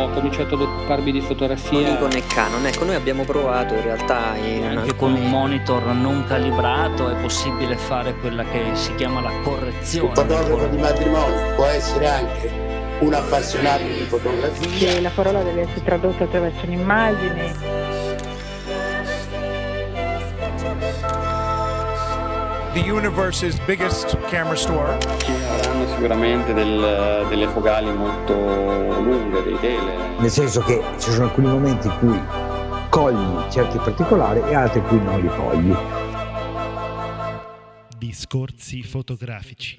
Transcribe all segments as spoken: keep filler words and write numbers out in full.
ho cominciato ad occuparmi di fotografia con Nikon e Canon. Ecco, noi abbiamo provato in realtà in anche alcuni... con un monitor non calibrato è possibile fare quella che si chiama la correzione. Un fotografo di matrimonio può essere anche un appassionato di fotografia. Che la parola deve essere tradotta attraverso un'immagine. The universe's biggest camera store. Ci avranno sicuramente del, delle focali molto lunghe, dei tele. Nel senso che ci sono alcuni momenti in cui cogli certi particolari e altri in cui non li cogli. Discorsi fotografici.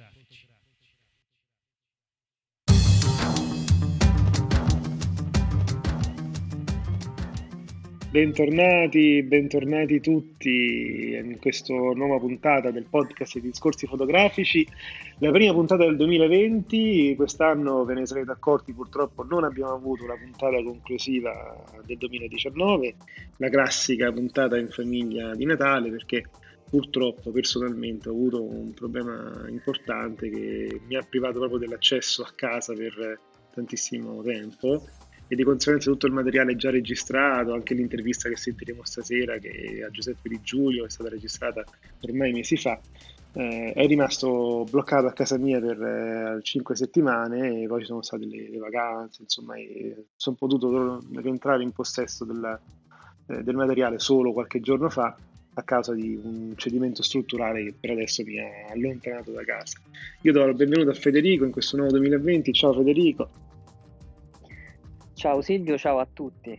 Bentornati, bentornati tutti in questa nuova puntata del podcast di Discorsi Fotografici, la prima puntata del duemilaventi. Quest'anno, ve ne sarete accorti, purtroppo non abbiamo avuto la puntata conclusiva del duemiladiciannove, la classica puntata in famiglia di Natale, perché purtroppo personalmente ho avuto un problema importante che mi ha privato proprio dell'accesso a casa per tantissimo tempo. E di conseguenza tutto il materiale già registrato, anche l'intervista che sentiremo stasera, che a Giuseppe Di Giulio è stata registrata ormai mesi fa, eh, è rimasto bloccato a casa mia per eh, cinque settimane, e poi ci sono state le, le vacanze, insomma, e sono potuto rientrare in possesso della, eh, del materiale solo qualche giorno fa, a causa di un cedimento strutturale che per adesso mi ha allontanato da casa. Io do il benvenuto a Federico in questo nuovo duemilaventi. Ciao Federico. Ciao Silvio, ciao a tutti.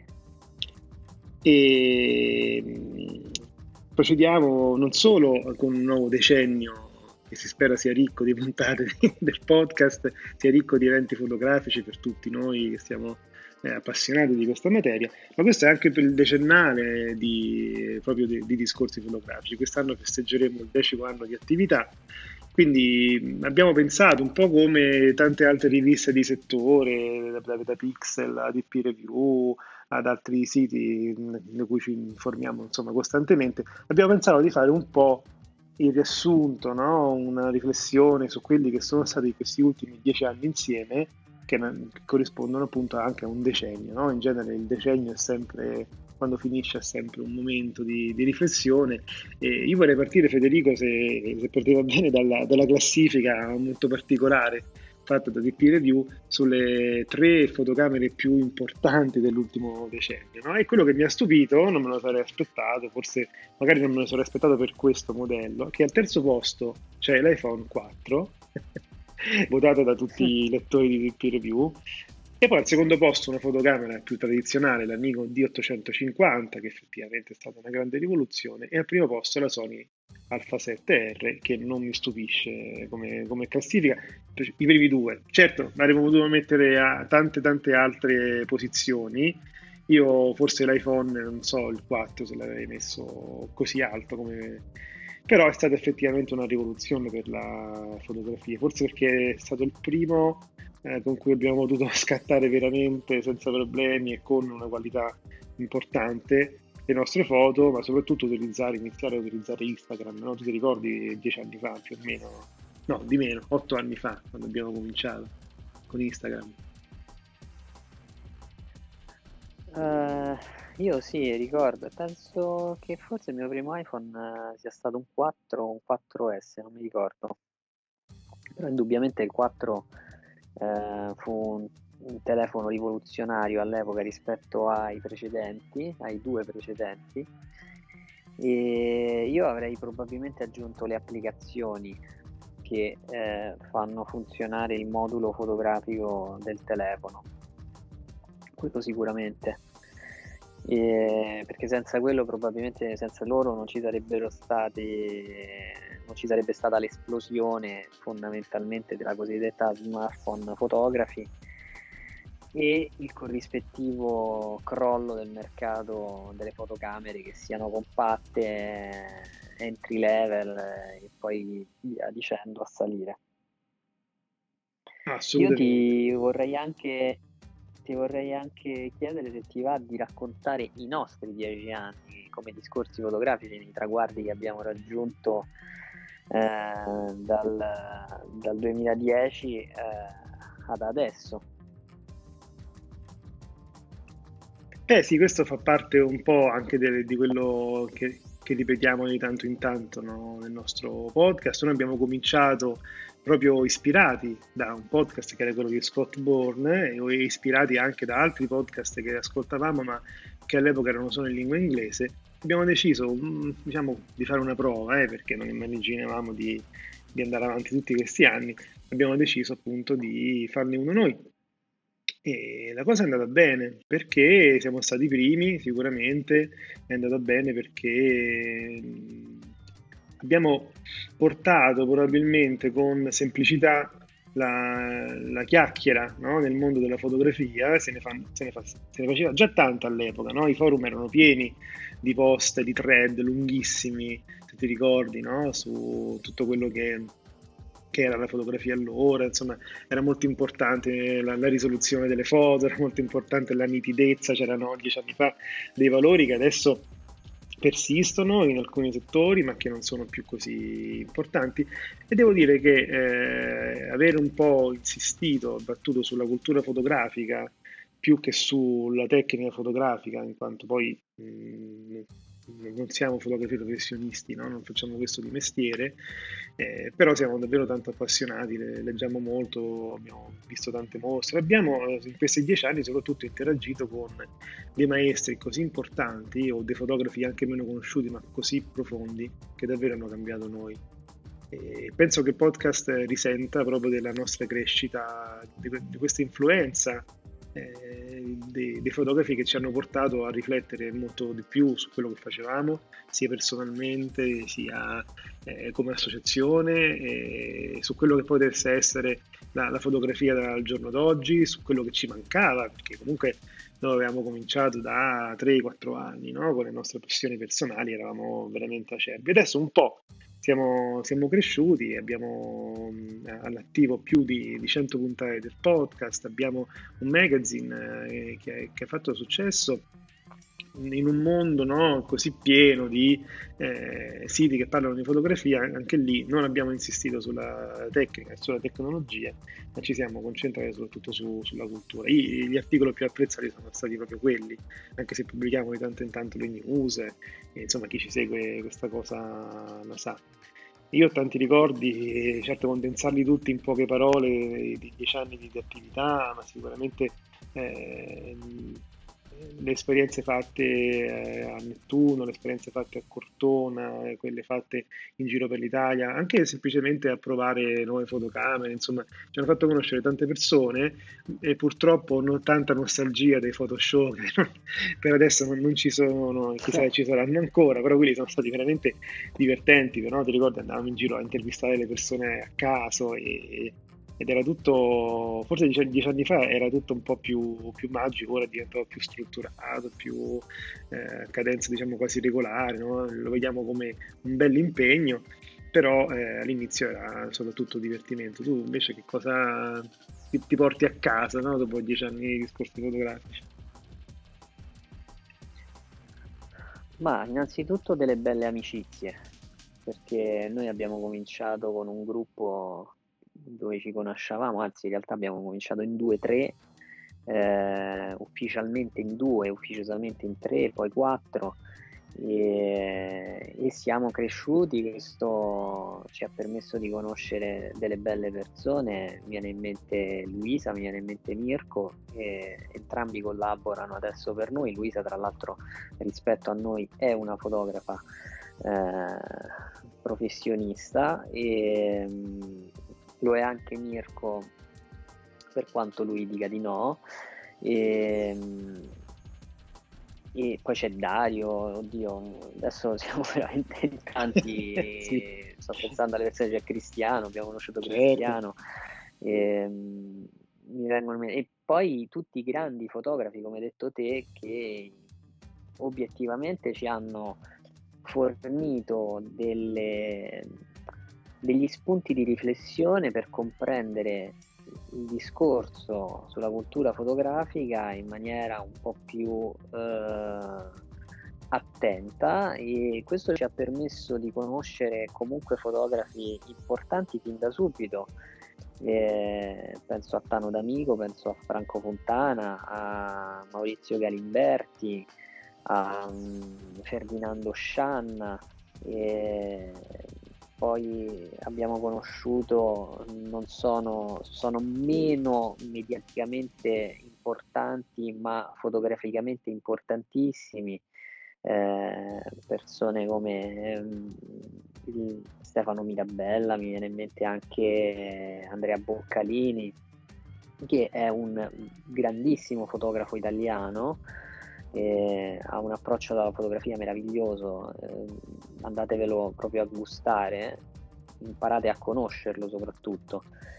E procediamo non solo con un nuovo decennio che si spera sia ricco di puntate del podcast, sia ricco di eventi fotografici per tutti noi che siamo eh, appassionati di questa materia, ma questo è anche per il decennale di, proprio di, di Discorsi Fotografici. Quest'anno festeggeremo il decimo anno di attività. Quindi abbiamo pensato, un po' come tante altre riviste di settore, da, da Pixel a D P Review ad altri siti di cui ci informiamo insomma costantemente, abbiamo pensato di fare un po' il riassunto, no? Una riflessione su quelli che sono stati questi ultimi dieci anni insieme, che, che corrispondono appunto anche a un decennio, no? In genere il decennio è sempre, quando finisce, è sempre un momento di, di riflessione. E io vorrei partire, Federico, se, se per te va bene, dalla, dalla classifica molto particolare fatta da D P Review sulle tre fotocamere più importanti dell'ultimo decennio, no? E quello che mi ha stupito, non me lo sarei aspettato, forse magari non me lo sarei aspettato per questo modello, che al terzo posto c'è l'iPhone quattro votato da tutti i lettori di D P Review. E poi al secondo posto una fotocamera più tradizionale, la Nikon D ottocentocinquanta, che effettivamente è stata una grande rivoluzione, e al primo posto la Sony Alpha sette R, che non mi stupisce come, come classifica. I primi due, certo, avremmo potuto mettere a tante tante altre posizioni. Io forse l'iPhone, non so, il quattro se l'avrei messo così alto come... Però è stata effettivamente una rivoluzione per la fotografia, forse perché è stato il primo eh, con cui abbiamo potuto scattare veramente senza problemi e con una qualità importante le nostre foto, ma soprattutto utilizzare, iniziare a utilizzare Instagram, no? Tu ti ricordi dieci anni fa più o meno? No, di meno, otto anni fa, quando abbiamo cominciato con Instagram. Uh, io sì, ricordo, penso che forse il mio primo iPhone uh, sia stato un quattro o un quattro S, non mi ricordo. Però indubbiamente il quattro uh, fu un, un telefono rivoluzionario all'epoca rispetto ai precedenti, ai due precedenti. E io avrei probabilmente aggiunto le applicazioni che eh, fanno funzionare il modulo fotografico del telefono. Quello sicuramente, e perché senza quello, probabilmente senza loro non ci sarebbero stati non ci sarebbe stata l'esplosione fondamentalmente della cosiddetta smartphone photography e il corrispettivo crollo del mercato delle fotocamere, che siano compatte, entry level e poi via dicendo a salire. Io ti vorrei anche Ti vorrei anche chiedere se ti va di raccontare i nostri dieci anni come Discorsi Fotografici, nei traguardi che abbiamo raggiunto eh, dal, dal duemiladieci eh, ad adesso. Eh sì, questo fa parte un po' anche de- di quello che, che ripetiamo di tanto in tanto, no, nel nostro podcast. Noi abbiamo cominciato proprio ispirati da un podcast che era quello di Scott Bourne eh, e ispirati anche da altri podcast che ascoltavamo ma che all'epoca erano solo in lingua inglese. Abbiamo deciso, mm, diciamo, di fare una prova, eh, perché non immaginavamo di, di andare avanti tutti questi anni. Abbiamo deciso appunto di farne uno noi. E la cosa è andata bene perché siamo stati i primi, sicuramente è andata bene perché mh, abbiamo portato probabilmente con semplicità la, la chiacchiera, no, nel mondo della fotografia, se ne, fa- se ne fa- se ne faceva già tanta all'epoca, no? I forum erano pieni di post, di thread lunghissimi, se ti ricordi, no? Su tutto quello che che era la fotografia allora, insomma era molto importante la, la risoluzione delle foto, era molto importante la nitidezza, c'erano dieci anni fa dei valori che adesso persistono in alcuni settori ma che non sono più così importanti e devo dire che eh, avere un po' insistito, battuto sulla cultura fotografica più che sulla tecnica fotografica, in quanto poi mh, non siamo fotografi professionisti, no? Non facciamo questo di mestiere, eh, però siamo davvero tanto appassionati, le, leggiamo molto, abbiamo visto tante mostre, abbiamo in questi dieci anni soprattutto interagito con dei maestri così importanti o dei fotografi anche meno conosciuti ma così profondi che davvero hanno cambiato noi. E penso che il podcast risenta proprio della nostra crescita, di, di questa influenza Eh, dei, dei fotografi che ci hanno portato a riflettere molto di più su quello che facevamo, sia personalmente sia eh, come associazione, e su quello che potesse essere la, la fotografia dal giorno d'oggi, su quello che ci mancava, perché comunque noi avevamo cominciato da tre quattro anni, no? Con le nostre passioni personali eravamo veramente acerbi. Adesso un po' Siamo, siamo cresciuti, abbiamo all'attivo più di, di cento puntate del podcast, abbiamo un magazine eh, che, che ha fatto successo in un mondo, no, così pieno di eh, siti che parlano di fotografia. Anche lì non abbiamo insistito sulla tecnica e sulla tecnologia, ma ci siamo concentrati soprattutto su, sulla cultura. I, gli articoli più apprezzati sono stati proprio quelli, anche se pubblichiamo di tanto in tanto le news, e, insomma chi ci segue questa cosa la sa. Io ho tanti ricordi, certo condensarli tutti in poche parole di dieci anni di attività, ma sicuramente eh, le esperienze fatte eh, a Nettuno, le esperienze fatte a Cortona, eh, quelle fatte in giro per l'Italia, anche semplicemente a provare nuove fotocamere, insomma ci hanno fatto conoscere tante persone e purtroppo non tanta nostalgia dei Photoshop che non, per adesso non, non ci sono, chissà se ci saranno ancora, però quelli sono stati veramente divertenti, però ti ricordi andavamo in giro a intervistare le persone a caso e ed era tutto, forse dieci anni fa era tutto un po' più, più magico, ora è diventato più strutturato, più eh, cadenza diciamo quasi regolare, no? Lo vediamo come un bel impegno, però eh, all'inizio era soprattutto divertimento. Tu invece che cosa ti, ti porti a casa, no? Dopo dieci anni di discorsi fotografici? Ma innanzitutto delle belle amicizie, perché noi abbiamo cominciato con un gruppo dove ci conoscevamo, anzi in realtà abbiamo cominciato in due, tre, eh, ufficialmente in due, ufficiosamente in tre, poi quattro, e, e siamo cresciuti. Questo ci ha permesso di conoscere delle belle persone. Mi viene in mente Luisa, mi viene in mente Mirko, e entrambi collaborano adesso per noi. Luisa tra l'altro rispetto a noi è una fotografa eh, professionista e lo è anche Mirko, per quanto lui dica di no, e, e poi c'è Dario, oddio, adesso siamo veramente in tanti, sì. Sto pensando alle persone, c'è Cristiano, abbiamo conosciuto Cristiano, certo. e, mi vengono, e poi tutti i grandi fotografi, come hai detto te, che obiettivamente ci hanno fornito delle... degli spunti di riflessione per comprendere il discorso sulla cultura fotografica in maniera un po' più eh, attenta, e questo ci ha permesso di conoscere comunque fotografi importanti fin da subito, E penso a Tano D'Amico, penso a Franco Fontana, a Maurizio Galimberti, a um, Ferdinando Scianna, e poi abbiamo conosciuto, non sono, sono meno mediaticamente importanti ma fotograficamente importantissimi, eh, persone come ehm, il Stefano Mirabella, mi viene in mente anche Andrea Boccalini, che è un grandissimo fotografo italiano, eh, ha un approccio alla fotografia meraviglioso, eh, andatevelo proprio a gustare, imparate a conoscerlo soprattutto.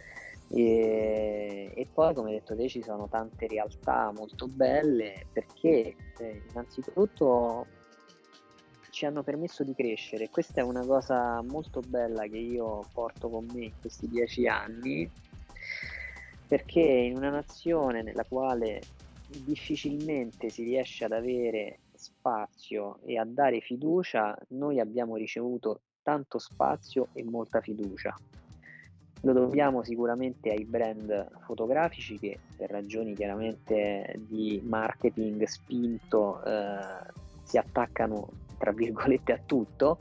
E, e poi, come detto te, ci sono tante realtà molto belle, perché eh, innanzitutto ci hanno permesso di crescere. Questa è una cosa molto bella che io porto con me in questi dieci anni, perché in una nazione nella quale difficilmente si riesce ad avere spazio e a dare fiducia, noi abbiamo ricevuto tanto spazio e molta fiducia. Lo dobbiamo sicuramente ai brand fotografici che, per ragioni chiaramente di marketing spinto, eh, si attaccano tra virgolette a tutto,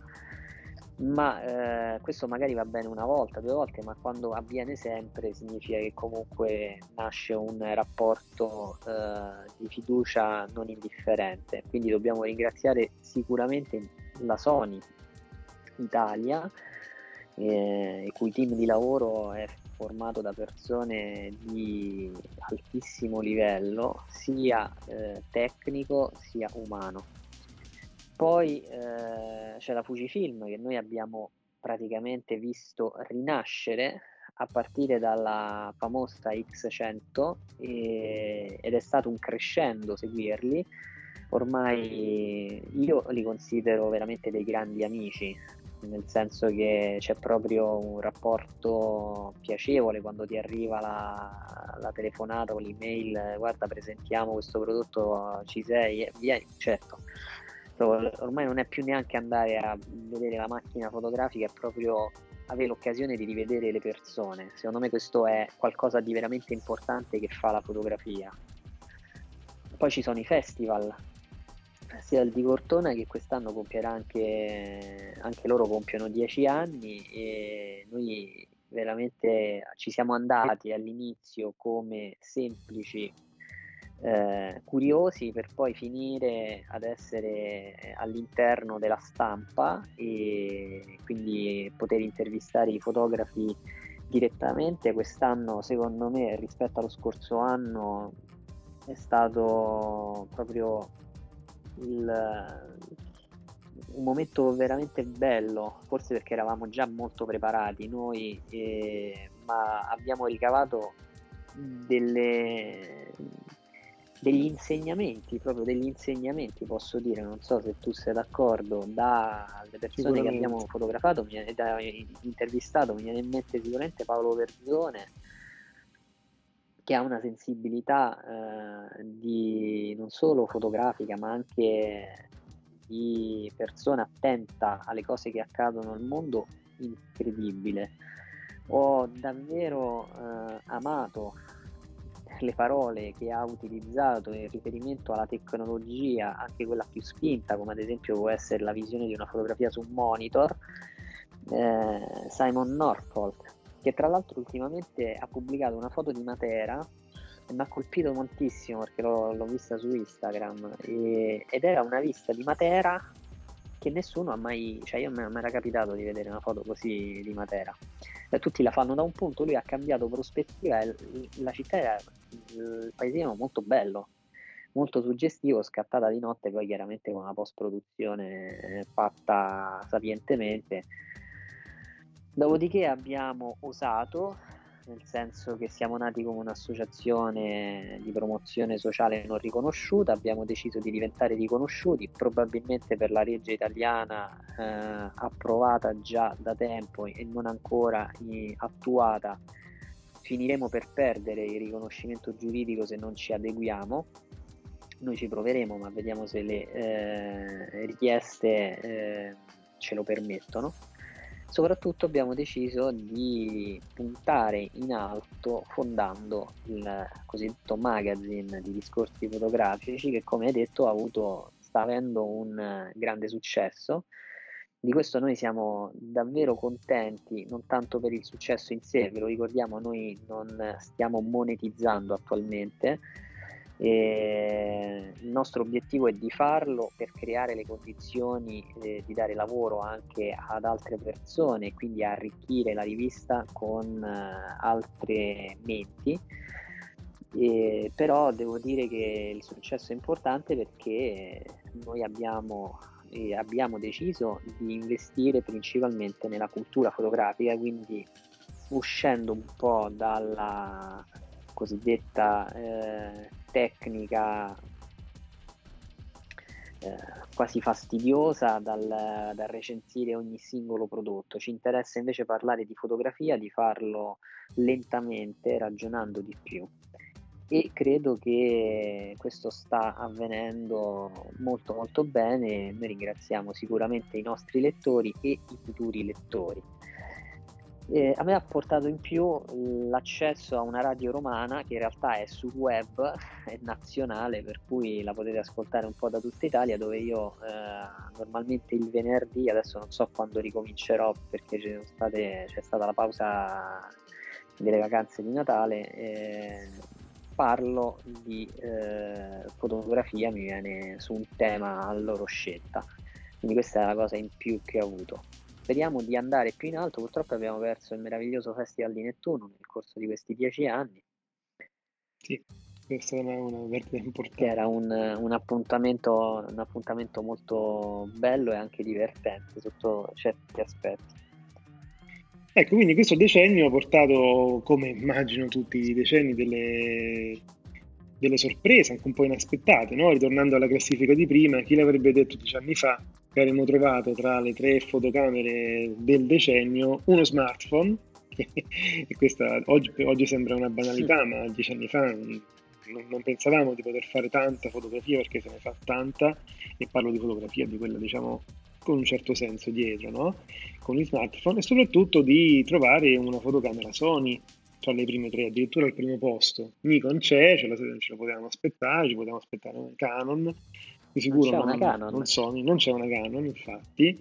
ma eh, questo magari va bene una volta, due volte, ma quando avviene sempre significa che comunque nasce un rapporto eh, di fiducia non indifferente. Quindi dobbiamo ringraziare sicuramente la Sony Italia, eh, il cui team di lavoro è formato da persone di altissimo livello, sia eh, tecnico sia umano. Poi eh, c'è la Fujifilm, che noi abbiamo praticamente visto rinascere a partire dalla famosa X cento, e, ed è stato un crescendo seguirli. Ormai io li considero veramente dei grandi amici, nel senso che c'è proprio un rapporto piacevole quando ti arriva la, la telefonata o l'email: guarda, presentiamo questo prodotto, ci sei? Vieni, certo. Ormai non è più neanche andare a vedere la macchina fotografica, è proprio avere l'occasione di rivedere le persone. Secondo me questo è qualcosa di veramente importante che fa la fotografia. Poi ci sono i festival, Festival di Cortona, che quest'anno compierà anche, anche loro compiono dieci anni, e noi veramente ci siamo andati all'inizio come semplici Eh, curiosi, per poi finire ad essere all'interno della stampa e quindi poter intervistare i fotografi direttamente. Quest'anno, secondo me, rispetto allo scorso anno, è stato proprio il, un momento veramente bello, forse perché eravamo già molto preparati noi, eh, ma abbiamo ricavato delle degli insegnamenti, proprio degli insegnamenti posso dire, non so se tu sei d'accordo, dalle persone che abbiamo fotografato, mi viene, da, intervistato, mi viene in mente sicuramente Paolo Verdone, che ha una sensibilità eh, di non solo fotografica ma anche di persona attenta alle cose che accadono nel mondo, incredibile. Ho davvero eh, amato le parole che ha utilizzato in riferimento alla tecnologia, anche quella più spinta, come ad esempio può essere la visione di una fotografia su un monitor. eh, Simon Norfolk, che tra l'altro ultimamente ha pubblicato una foto di Matera e mi ha colpito moltissimo perché l'ho, l'ho vista su Instagram, e, ed era una vista di Matera che nessuno ha mai, cioè io mi era capitato di vedere una foto così di Matera, e tutti la fanno da un punto, lui ha cambiato prospettiva e la città era, il paesino molto bello, molto suggestivo, scattata di notte, poi chiaramente con una post-produzione fatta sapientemente. Dopodiché abbiamo osato, nel senso che siamo nati come un'associazione di promozione sociale non riconosciuta, abbiamo deciso di diventare riconosciuti, probabilmente per la legge italiana eh, approvata già da tempo e non ancora eh, attuata, finiremo per perdere il riconoscimento giuridico se non ci adeguiamo. Noi ci proveremo, ma vediamo se le eh, richieste eh, ce lo permettono. Soprattutto abbiamo deciso di puntare in alto fondando il cosiddetto magazine di discorsi fotografici che, come hai detto, ha avuto, sta avendo un grande successo. Di questo noi siamo davvero contenti, non tanto per il successo in sé, ve lo ricordiamo, noi non stiamo monetizzando attualmente. E il nostro obiettivo è di farlo per creare le condizioni eh, di dare lavoro anche ad altre persone, quindi arricchire la rivista con eh, altre menti. E, però devo dire che il successo è importante perché noi abbiamo, eh, abbiamo deciso di investire principalmente nella cultura fotografica, quindi uscendo un po' dalla cosiddetta eh, tecnica eh, quasi fastidiosa dal, dal recensire ogni singolo prodotto. Ci interessa invece parlare di fotografia, di farlo lentamente, ragionando di più, e credo che questo sta avvenendo molto molto bene. Noi ringraziamo sicuramente i nostri lettori e i futuri lettori. Eh, a me ha portato in più l'accesso a una radio romana che in realtà è sul web, è nazionale, per cui la potete ascoltare un po' da tutta Italia, dove io eh, normalmente il venerdì, adesso non so quando ricomincerò perché ci sono state, c'è stata la pausa delle vacanze di Natale, eh, parlo di eh, fotografia, mi viene su un tema a loro scelta, quindi questa è la cosa in più che ho avuto. Speriamo di andare più in alto. Purtroppo abbiamo perso il meraviglioso Festival di Nettuno nel corso di questi dieci anni. Sì, questa è una, una perdita importante. Che era un, un, appuntamento, un appuntamento molto bello e anche divertente sotto certi aspetti. Ecco, quindi questo decennio ha portato, come immagino tutti i decenni, delle, delle sorprese anche un po' inaspettate, no? Ritornando alla classifica di prima, chi l'avrebbe detto dieci anni fa che avremmo trovato tra le tre fotocamere del decennio uno smartphone, e questa oggi, oggi sembra una banalità, ma dieci anni fa non, non pensavamo di poter fare tanta fotografia, perché se ne fa tanta, e parlo di fotografia di quella, diciamo, con un certo senso dietro, no? Con gli smartphone, e soprattutto di trovare una fotocamera Sony tra le prime tre, addirittura al primo posto. Nikon c'è, ce la, ce la potevamo aspettare, ci potevamo aspettare una Canon, di sicuro non, c'è non, una Canon. non Sony, non c'è una Canon, infatti.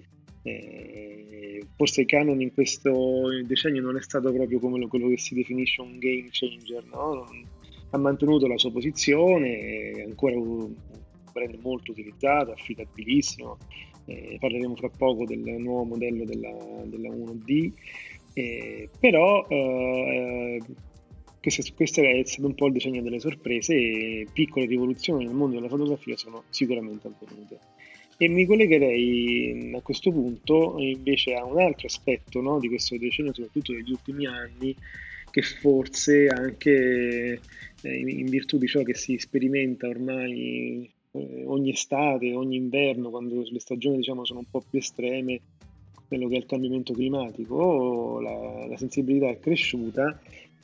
Eh, forse Canon in questo decennio non è stato proprio come lo, quello che si definisce un game changer, no? Non, ha mantenuto la sua posizione, è ancora un brand molto utilizzato, affidabilissimo. Eh, parleremo fra poco del nuovo modello della, della uno D, eh, però eh, questo, questo è stato un po' il decennio delle sorprese, e piccole rivoluzioni nel mondo della fotografia sono sicuramente avvenute. E mi collegherei a questo punto invece a un altro aspetto, no, di questo decennio, soprattutto degli ultimi anni, che forse anche eh, in virtù di ciò che si sperimenta ormai eh, ogni estate, ogni inverno, quando le stagioni, diciamo, sono un po' più estreme, quello che è il cambiamento climatico, la, la sensibilità è cresciuta,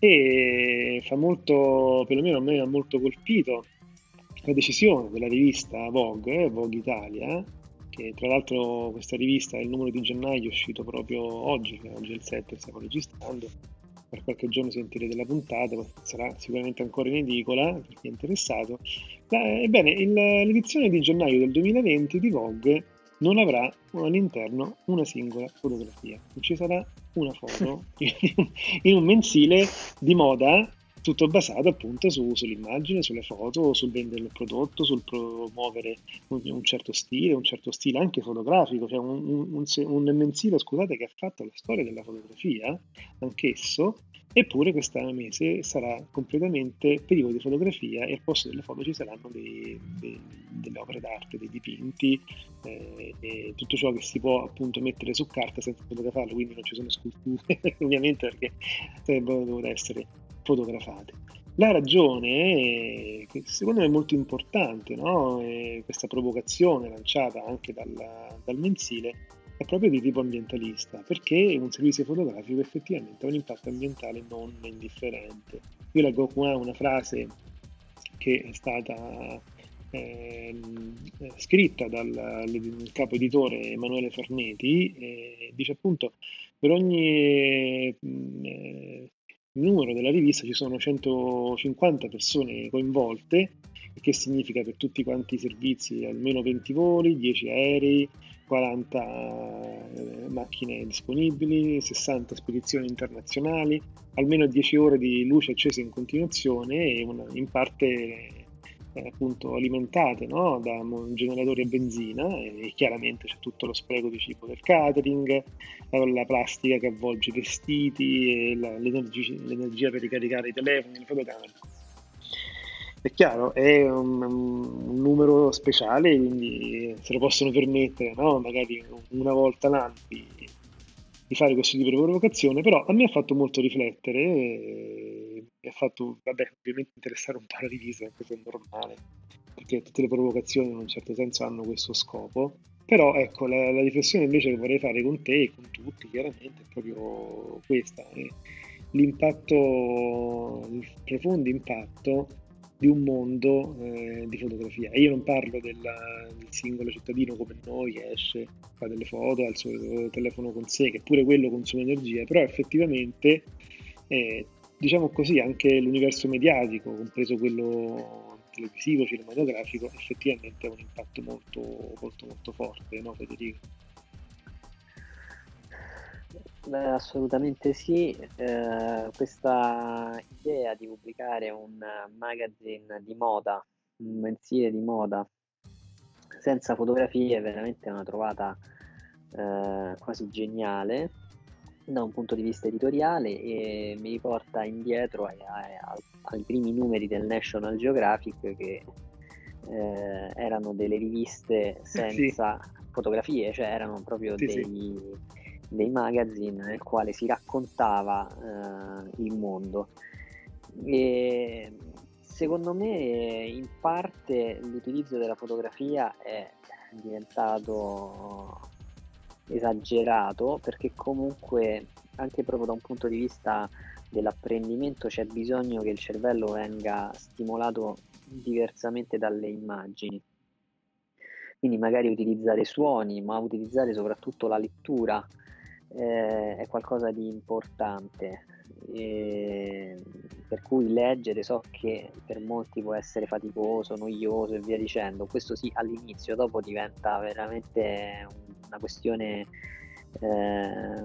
e fa molto, perlomeno a me ha molto colpito la decisione della rivista Vogue, Vogue Italia, che tra l'altro questa rivista, il numero di gennaio è uscito proprio oggi, che oggi è il sette, stiamo registrando, per qualche giorno sentirete la puntata, sarà sicuramente ancora in edicola per chi è interessato. Ebbene, il, l'edizione di gennaio del duemilaventi di Vogue non avrà all'interno una singola fotografia, non ci sarà una foto in un mensile di moda, tutto basato appunto su, sull'immagine, sulle foto, sul vendere il prodotto, sul promuovere un, un certo stile, un certo stile anche fotografico, cioè un, un, un mensile, scusate, che ha fatto la storia della fotografia, anch'esso, eppure questo mese sarà completamente privo di fotografia, e al posto delle foto ci saranno dei, dei, delle opere d'arte, dei dipinti, eh, e tutto ciò che si può appunto mettere su carta senza fotografarlo, quindi non ci sono sculture ovviamente, perché sarebbero dovute essere fotografate. La ragione, che secondo me è molto importante, no? E questa provocazione lanciata anche dal, dal mensile, è proprio di tipo ambientalista, perché un servizio fotografico effettivamente ha un impatto ambientale non indifferente. Io leggo qua una frase che è stata eh, scritta dal, dal capo editore Emanuele Forneti, e dice appunto: per ogni mh, eh, numero della rivista ci sono centocinquanta persone coinvolte, il che significa per tutti quanti i servizi almeno venti voli, dieci aerei, quaranta eh, macchine disponibili, sessanta spedizioni internazionali, almeno dieci ore di luce accesa in continuazione e una, in parte eh, appunto alimentate, no? Da generatori a benzina, e chiaramente c'è tutto lo spreco di cibo del catering, la, la plastica che avvolge i vestiti, e la, l'energia, l'energia per ricaricare i telefoni, le fotocamere. È chiaro, è un, un numero speciale, quindi se lo possono permettere, no? Magari una volta l'anno di, di fare questo tipo di provocazione, però a me ha fatto molto riflettere, e mi ha fatto, vabbè, ovviamente interessare un po' la rivista, questo è normale, perché tutte le provocazioni in un certo senso hanno questo scopo, però ecco, la, la riflessione invece che vorrei fare con te e con tutti, chiaramente, è proprio questa, è l'impatto, il profondo impatto di un mondo eh, di fotografia. E io non parlo della, del singolo cittadino come noi che esce, fa delle foto, ha il suo telefono con sé, che pure quello consuma energia, però effettivamente, eh, diciamo così, anche l'universo mediatico, compreso quello televisivo, cinematografico, effettivamente ha un impatto molto, molto, molto forte, no Federico? Beh, assolutamente sì, eh, questa idea di pubblicare un magazine di moda, un mensile di moda senza fotografie è veramente una trovata eh, quasi geniale da un punto di vista editoriale, e mi riporta indietro ai, ai, ai primi numeri del National Geographic, che eh, erano delle riviste senza sì. fotografie, cioè erano proprio sì, dei... Sì. dei magazine nel quale si raccontava eh, il mondo. E secondo me in parte l'utilizzo della fotografia è diventato esagerato, perché comunque anche proprio da un punto di vista dell'apprendimento c'è bisogno che il cervello venga stimolato diversamente dalle immagini, quindi magari utilizzare suoni, ma utilizzare soprattutto la lettura Eh, è qualcosa di importante, e per cui leggere, so che per molti può essere faticoso, noioso e via dicendo, questo sì all'inizio, dopo diventa veramente una questione eh,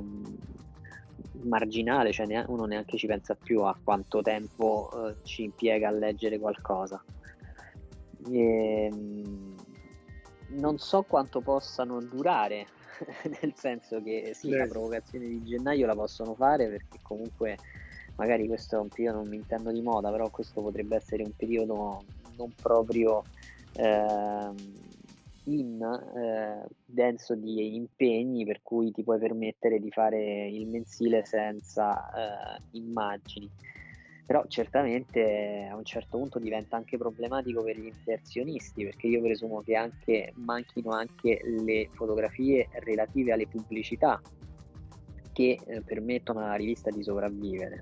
marginale, cioè ne- uno neanche ci pensa più a quanto tempo eh, ci impiega a leggere qualcosa. E, non so quanto possano durare, nel senso che sì, Beh. la provocazione di gennaio la possono fare, perché comunque magari questo è un periodo, non mi intendo di moda, però questo potrebbe essere un periodo non proprio eh, in eh, denso di impegni, per cui ti puoi permettere di fare il mensile senza eh, immagini. Però certamente a un certo punto diventa anche problematico per gli inserzionisti, perché io presumo che anche manchino anche le fotografie relative alle pubblicità che eh, permettono alla rivista di sopravvivere.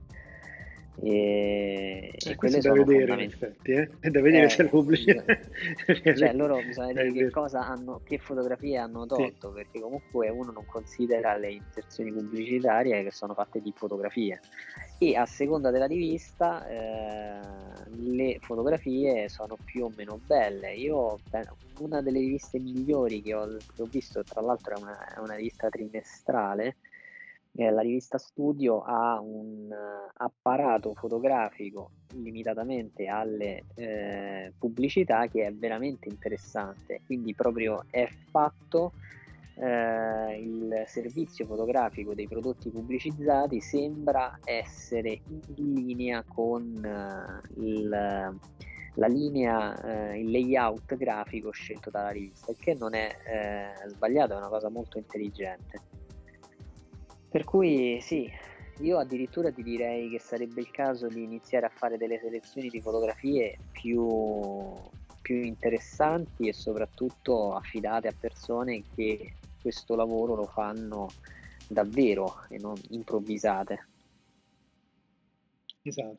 E, eh, e quelle sono da vedere, in effetti, eh? È da vedere eh, se la pubblicità. Cioè loro bisogna vedere che cosa hanno, che fotografie hanno tolto, sì. Perché comunque uno non considera le inserzioni pubblicitarie che sono fatte di fotografie, e a seconda della rivista eh, le fotografie sono più o meno belle. Io una delle riviste migliori che ho, che ho visto, tra l'altro è una, è una rivista trimestrale, eh, la rivista Studio, ha un uh, apparato fotografico limitatamente alle eh, pubblicità che è veramente interessante, quindi proprio è fatto eh, il servizio fotografico dei prodotti pubblicizzati sembra essere in linea con uh, il, la linea, eh, il layout grafico scelto dalla rivista, il che non è eh, sbagliato, è una cosa molto intelligente. Per cui sì, io addirittura ti direi che sarebbe il caso di iniziare a fare delle selezioni di fotografie più, più interessanti e soprattutto affidate a persone che questo lavoro lo fanno davvero e non improvvisate. Esatto.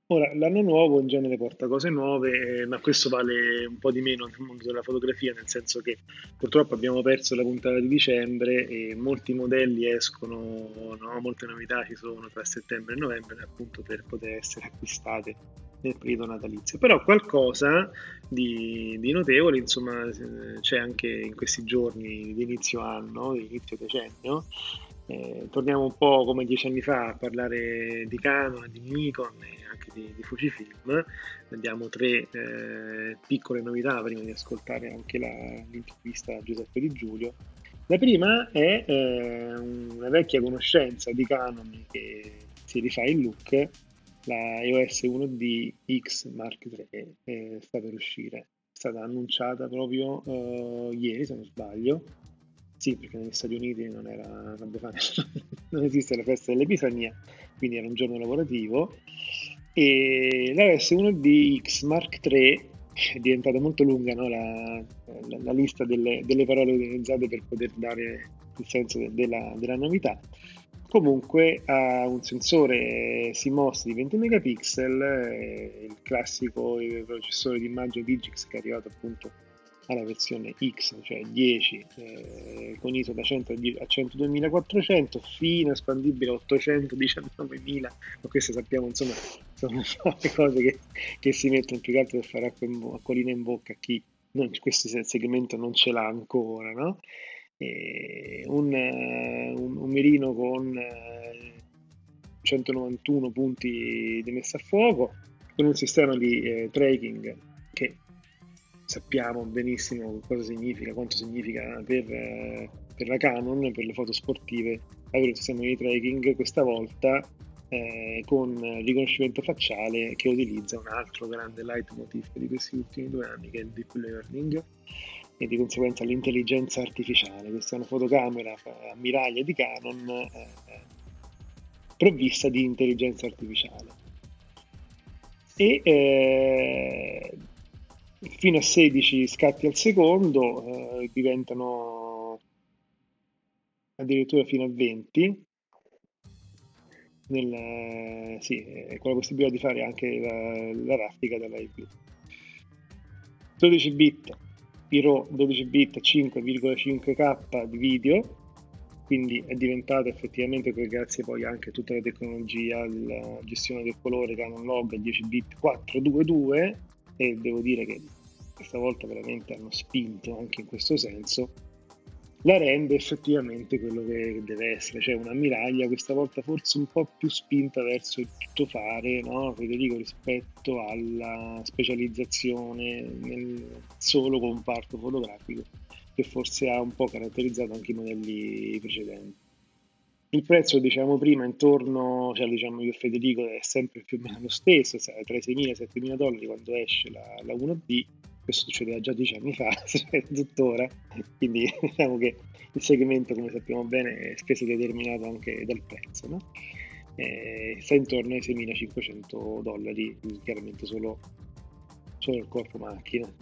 Ora, l'anno nuovo in genere porta cose nuove, eh, ma questo vale un po' di meno nel mondo della fotografia, nel senso che purtroppo abbiamo perso la puntata di dicembre e molti modelli escono, no? Molte novità ci sono tra settembre e novembre, appunto per poter essere acquistate nel periodo natalizio. Però qualcosa di, di notevole, insomma, eh, c'è anche in questi giorni di inizio anno, di inizio decennio. Eh, torniamo un po' come dieci anni fa a parlare di Canon, di Nikon e anche di, di Fujifilm. Andiamo tre eh, piccole novità prima di ascoltare anche la, l'intervista a Giuseppe Di Giulio. La prima è eh, una vecchia conoscenza di Canon che si rifà il look, la E O S uno D X Mark tre eh, sta per uscire, è stata annunciata proprio eh, ieri se non sbaglio. Sì, perché negli Stati Uniti non era una befana, non esiste la festa dell'Epifania, quindi era un giorno lavorativo. E la E O S uno D X Mark tre è diventata molto lunga, no? la, la, la lista delle, delle parole utilizzate per poter dare il senso de, della, della novità. Comunque ha un sensore C M O S di venti megapixel, eh, il classico processore di immagine Digix che è arrivato appunto alla versione X, cioè dieci, eh, con I S O da cento a centoduemilaquattrocento, fino espandibile a ottocentodiciannovemila, ma queste sappiamo insomma sono le cose che, che si mettono più che altro per fare acqua in bo- acquolina in bocca a chi non, questo segmento non ce l'ha ancora, no? E un, un, un mirino con eh, centonovantuno punti di messa a fuoco, con un sistema di eh, tracking che sappiamo benissimo cosa significa, quanto significa per, eh, per la Canon, per le foto sportive, avere un sistema di tracking, questa volta eh, con riconoscimento facciale, che utilizza un altro grande leitmotiv di questi ultimi due anni, che è il deep learning, e di conseguenza l'intelligenza artificiale. Questa è una fotocamera a miraglia di Canon eh, provvista di intelligenza artificiale. E eh, fino a sedici scatti al secondo, eh, diventano addirittura fino a venti, nel, sì, con la possibilità di fare anche la, la raffica dell'I P. dodici bit, I R A W dodici bit cinque virgola cinque K di video, quindi è diventato effettivamente, grazie poi anche a tutta la tecnologia, la gestione del colore Canon Log dieci bit quattrocentoventidue, e devo dire che questa volta veramente hanno spinto anche in questo senso, la rende effettivamente quello che deve essere, cioè una miraglia questa volta forse un po' più spinta verso il tuttofare, no, Federico, rispetto alla specializzazione nel solo comparto fotografico che forse ha un po' caratterizzato anche i modelli precedenti. Il prezzo, diciamo prima, intorno, cioè diciamo io e Federico, è sempre più o meno lo stesso, tra i seimila e i settemila dollari quando esce la, la uno D. Questo succedeva già dieci anni fa, tuttora, quindi diciamo che il segmento, come sappiamo bene, è spesso determinato anche dal prezzo, no? Eh, sta intorno ai seimilacinquecento dollari, chiaramente solo, solo il corpo macchina.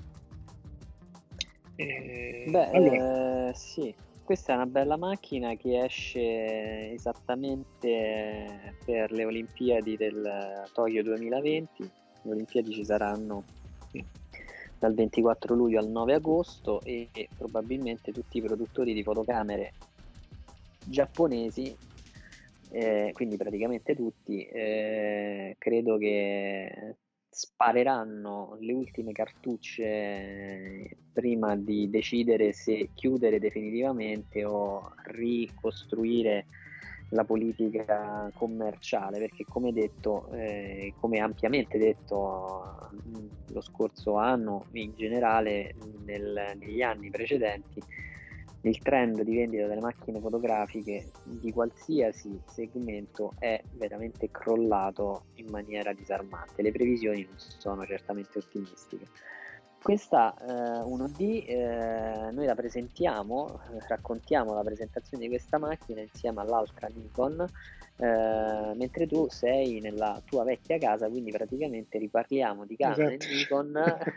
Eh, Beh, allora. eh, sì, questa è una bella macchina che esce esattamente per le Olimpiadi del Tokyo duemilaventi. Le Olimpiadi ci saranno dal ventiquattro luglio al nove agosto e, e probabilmente tutti i produttori di fotocamere giapponesi, eh, quindi praticamente tutti, eh, credo che spareranno le ultime cartucce prima di decidere se chiudere definitivamente o ricostruire la politica commerciale, perché come detto, eh, come ampiamente detto mh, lo scorso anno, in generale nel, negli anni precedenti, il trend di vendita delle macchine fotografiche di qualsiasi segmento è veramente crollato in maniera disarmante. Le previsioni non sono certamente ottimistiche. Questa eh, uno D eh, noi la presentiamo, eh, raccontiamo la presentazione di questa macchina insieme all'altra Nikon, eh, mentre tu sei nella tua vecchia casa, quindi praticamente riparliamo di Canon Esatto. e Nikon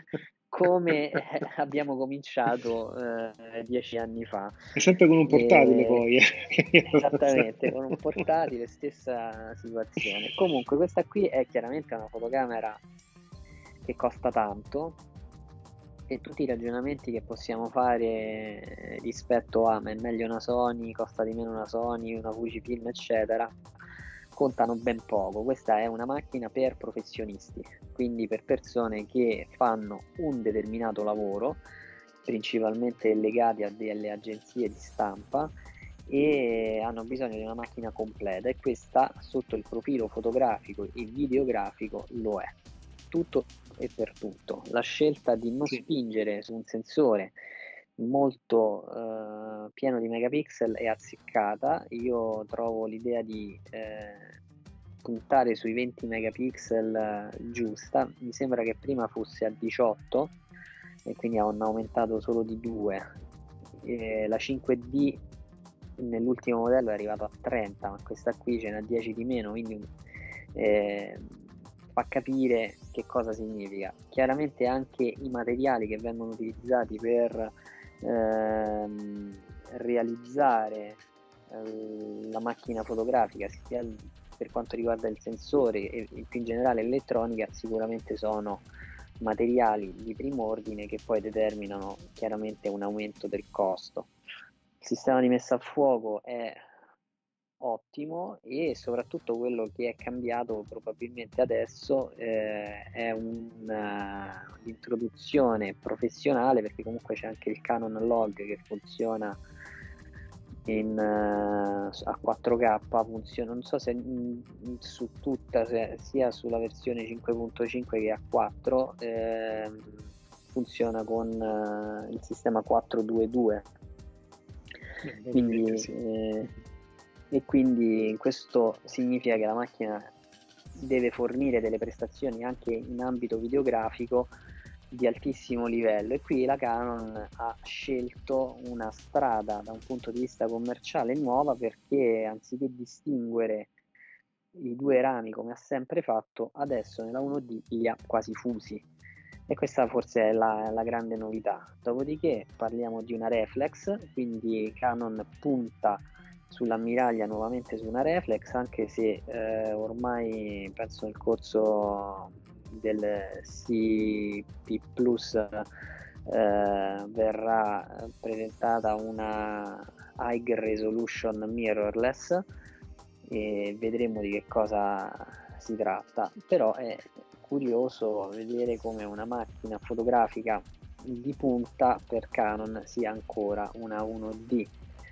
come eh, abbiamo cominciato eh, dieci anni fa. È sempre con un portatile E- poi. eh. Esattamente, con un portatile, stessa situazione. Comunque questa qui è chiaramente una fotocamera che costa tanto, e tutti i ragionamenti che possiamo fare rispetto a ma è meglio una Sony, costa di meno una Sony, una Fujifilm, eccetera, contano ben poco. Questa è una macchina per professionisti, quindi per persone che fanno un determinato lavoro, principalmente legati a delle agenzie di stampa, e hanno bisogno di una macchina completa, e questa sotto il profilo fotografico e videografico lo è, tutto e per tutto. La scelta di non Sì. spingere su un sensore molto eh, pieno di megapixel è azzeccata. Io trovo l'idea di eh, puntare sui venti megapixel eh, giusta. Mi sembra che prima fosse a diciotto e quindi hanno aumentato solo di due. E la cinque D nell'ultimo modello è arrivato a trenta, ma questa qui ce n'ha dieci di meno, quindi eh, fa capire che cosa significa. Chiaramente anche i materiali che vengono utilizzati per ehm, realizzare eh, la macchina fotografica, sia per quanto riguarda il sensore e più in generale l'elettronica, sicuramente sono materiali di primo ordine che poi determinano chiaramente un aumento del costo. Il sistema di messa a fuoco è ottimo, e soprattutto quello che è cambiato probabilmente adesso eh, è un'introduzione professionale, perché comunque c'è anche il Canon Log che funziona in, uh, a quattro K, funziona, non so se mh, su tutta, se, sia sulla versione cinque punto cinque che a quattro, eh, funziona con uh, il sistema quattro due due. Quindi, sì. eh, e quindi questo significa che la macchina deve fornire delle prestazioni anche in ambito videografico di altissimo livello, e qui la Canon ha scelto una strada da un punto di vista commerciale nuova, perché anziché distinguere i due rami come ha sempre fatto, adesso nella uno D li ha quasi fusi, e questa forse è la, la grande novità. Dopodiché parliamo di una reflex, quindi Canon punta sull'ammiraglia nuovamente su una reflex, anche se eh, ormai penso nel corso del C P Plus eh, verrà presentata una High Resolution Mirrorless, e vedremo di che cosa si tratta. Però è curioso vedere come una macchina fotografica di punta per Canon sia ancora una uno D.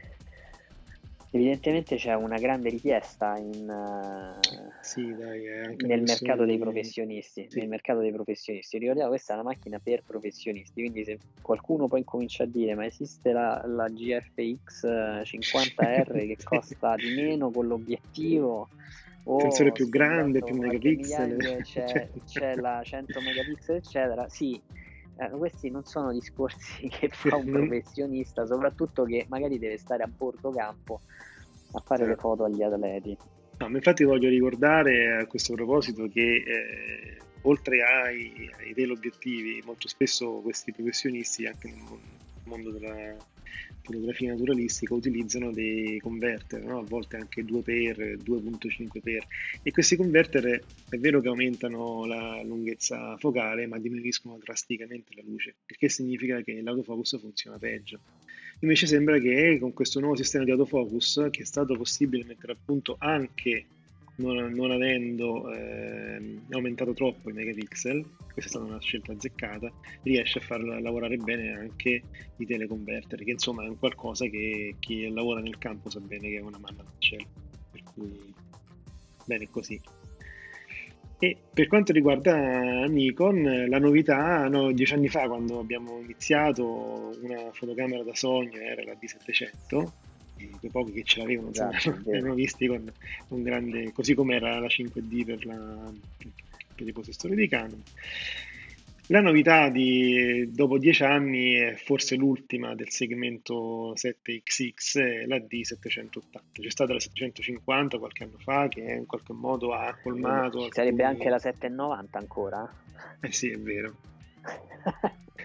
Evidentemente c'è una grande richiesta in, uh, sì, dai, è anche nel una mercato dei questione di- professionisti. sì. Nel mercato dei professionisti, ricordiamo, questa è una macchina per professionisti, quindi se qualcuno poi comincia a dire ma esiste la, la G F X cinquanta R che Sì. costa di meno con l'obiettivo, o Sensore più grande, spendendo più qualche megapixel. migliaio c'è, Cioè- c'è la cento megapixel eccetera, sì. Eh, questi non sono discorsi che fa un Non- professionista, soprattutto che magari deve stare a bordo campo a fare le Certo. foto agli atleti. No, ma infatti voglio ricordare a questo proposito che eh, oltre ai, ai teleobiettivi, molto spesso questi professionisti anche nel mon- mondo della fotografia naturalistica utilizzano dei converter, no? A volte anche due per, due virgola cinque per, e questi converter è vero che aumentano la lunghezza focale, ma diminuiscono drasticamente la luce, il che significa che l'autofocus funziona peggio. Invece sembra che con questo nuovo sistema di autofocus, che è stato possibile mettere a punto anche non, non avendo eh, aumentato troppo i megapixel, questa è stata una scelta azzeccata, riesce a far lavorare bene anche i teleconverter, che insomma è un qualcosa che chi lavora nel campo sa bene che è una manna dal cielo, per cui bene così. E per quanto riguarda Nikon, la novità, no, dieci anni fa quando abbiamo iniziato, una fotocamera da sogno era la D settecento, e quei pochi che ce l'avevano insomma, Esatto, è vero. erano visti con un grande, così come era la cinque D per, la, per i possessori di Canon. La novità di dopo dieci anni è forse l'ultima del segmento sette X X, è la D settecentottanta. C'è stata la settecentocinquanta qualche anno fa che in qualche modo ha colmato. Ci sarebbe alcuni- anche la settecentonovanta ancora? Eh sì, è vero.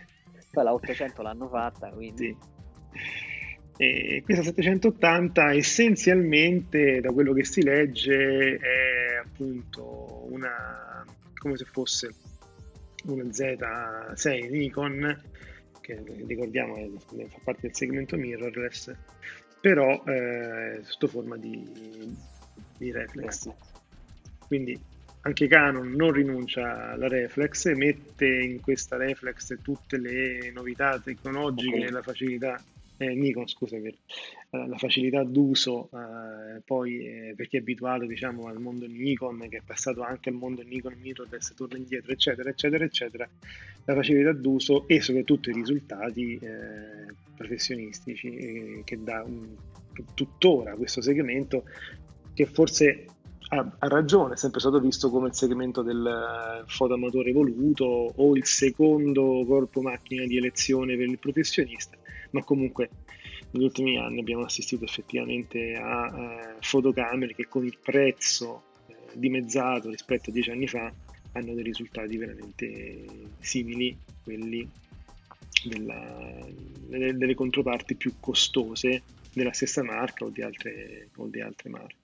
Poi la ottocento l'hanno fatta, quindi... Sì. E questa settecentottanta essenzialmente, da quello che si legge, è appunto una, come se fosse una Z sei Nikon, che ricordiamo fa parte del segmento mirrorless, però eh, sotto forma di, di reflex. Quindi anche Canon non rinuncia alla reflex e mette in questa reflex tutte le novità tecnologiche, okay. la facilità eh, Nikon, scusa, per, eh, la facilità d'uso, eh, poi eh, per chi è abituato, diciamo, al mondo Nikon, che è passato anche al mondo Nikon mirrorless, torna indietro, eccetera, eccetera, eccetera, la facilità d'uso e soprattutto i risultati eh, professionistici eh, che dà un, tuttora questo segmento, che forse ha, ha ragione, è sempre stato visto come il segmento del fotoamatore evoluto o il secondo corpo macchina di elezione per il professionista, ma comunque negli ultimi anni abbiamo assistito effettivamente a eh, fotocamere che con il prezzo eh, dimezzato rispetto a dieci anni fa hanno dei risultati veramente simili a quelli della, delle, delle controparti più costose della stessa marca o di altre, o di altre marche.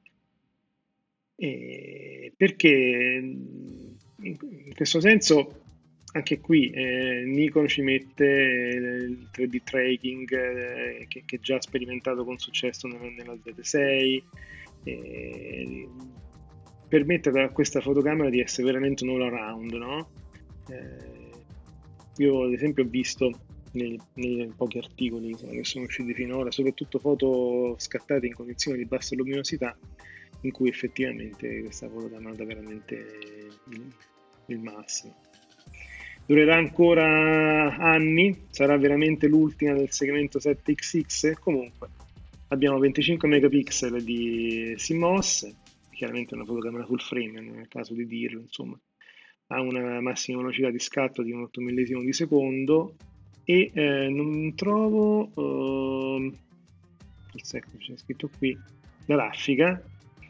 E perché in questo senso anche qui eh, Nikon ci mette il tre D tracking eh, che, che già ha sperimentato con successo nella, nella Z sei, eh, permette a questa fotocamera di essere veramente un all around, no? Eh, io ad esempio ho visto nei, nei pochi articoli insomma, che sono usciti finora, soprattutto foto scattate in condizioni di bassa luminosità, in cui effettivamente questa fotocamera dà veramente il, il massimo. Durerà ancora anni, sarà veramente l'ultima del segmento sette X X. Comunque abbiamo venticinque megapixel di C M O S, chiaramente una fotocamera full frame, non è il caso di dirlo, insomma, ha una massima velocità di scatto di un otto millesimo di secondo e eh, non trovo uh, forse ecco c'è scritto qui la raffica,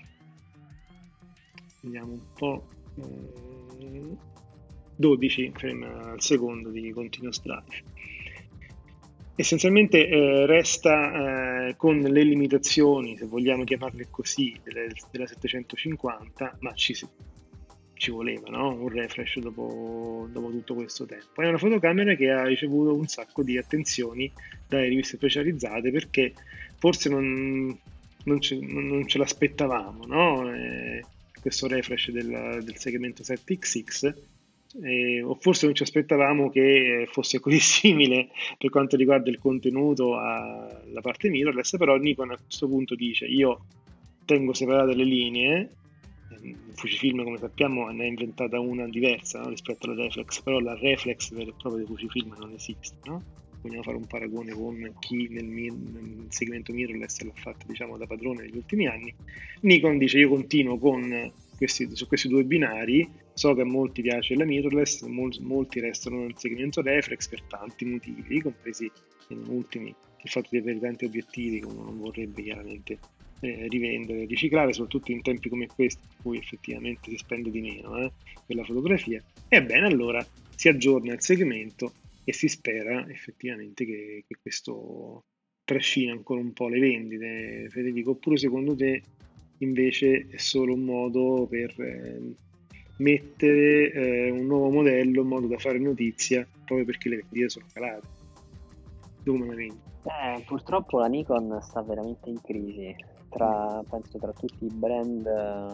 vediamo un po', uh, dodici frame al secondo di continuous drive. Essenzialmente eh, resta eh, con le limitazioni, se vogliamo chiamarle così, delle, della settecentocinquanta, ma ci, ci voleva, no? Un refresh dopo, dopo tutto questo tempo. È una fotocamera che ha ricevuto un sacco di attenzioni dalle riviste specializzate, perché forse non, non, ce, non ce l'aspettavamo, no? Eh, questo refresh del, del segmento sette X X. Eh, o forse non ci aspettavamo che fosse così simile per quanto riguarda il contenuto alla parte mirrorless, però Nikon a questo punto dice: io tengo separate le linee. Fujifilm, come sappiamo, ne ha inventata una diversa, no? Rispetto alla reflex, però la reflex vera e propria di Fujifilm non esiste, no? Vogliamo fare un paragone con chi nel, nel segmento mirrorless l'ha fatto, diciamo, da padrone negli ultimi anni. Nikon dice: io continuo con questi, su questi due binari. So che a molti piace la mirrorless, mol, molti restano nel segmento reflex per tanti motivi, compresi in ultimi il fatto di avere tanti obiettivi che uno non vorrebbe chiaramente eh, rivendere e riciclare, soprattutto in tempi come questi in cui effettivamente si spende di meno eh, per la fotografia. Ebbene, allora si aggiorna il segmento e si spera effettivamente che, che questo trascina ancora un po' le vendite. Federico, oppure secondo te invece è solo un modo per eh, mettere eh, un nuovo modello in modo da fare notizia proprio perché le vendite sono calate? Come la vendi? Eh, purtroppo la Nikon sta veramente in crisi, tra, penso tra tutti i brand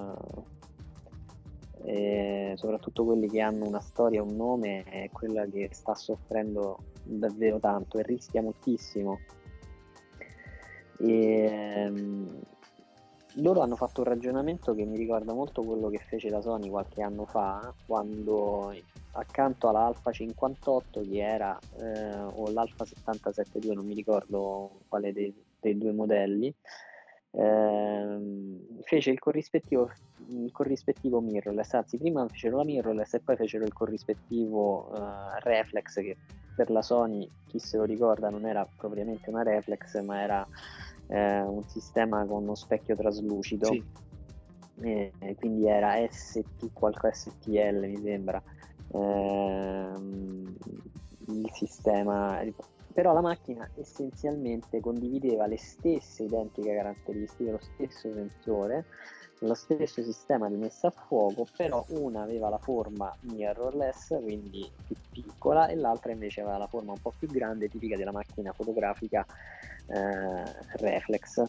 eh, e soprattutto quelli che hanno una storia, un nome, è quella che sta soffrendo davvero tanto e rischia moltissimo. E, loro hanno fatto un ragionamento che mi ricorda molto quello che fece la Sony qualche anno fa, quando accanto all'Alpha cinquantotto, che era eh, o l'Alpha settantasette due, non mi ricordo quale dei, dei due modelli, eh, fece il corrispettivo, il corrispettivo mirrorless, anzi prima fecero la mirrorless e poi fecero il corrispettivo eh, reflex, che per la Sony, chi se lo ricorda, non era propriamente una reflex, ma era Eh, un sistema con uno specchio traslucido, sì. eh, quindi era S T qualcosa S T L mi sembra, eh, il sistema, però la macchina essenzialmente condivideva le stesse identiche caratteristiche, lo stesso sensore, lo stesso sistema di messa a fuoco, però una aveva la forma mirrorless, quindi più piccola, e l'altra invece aveva la forma un po' più grande, tipica della macchina fotografica eh, reflex.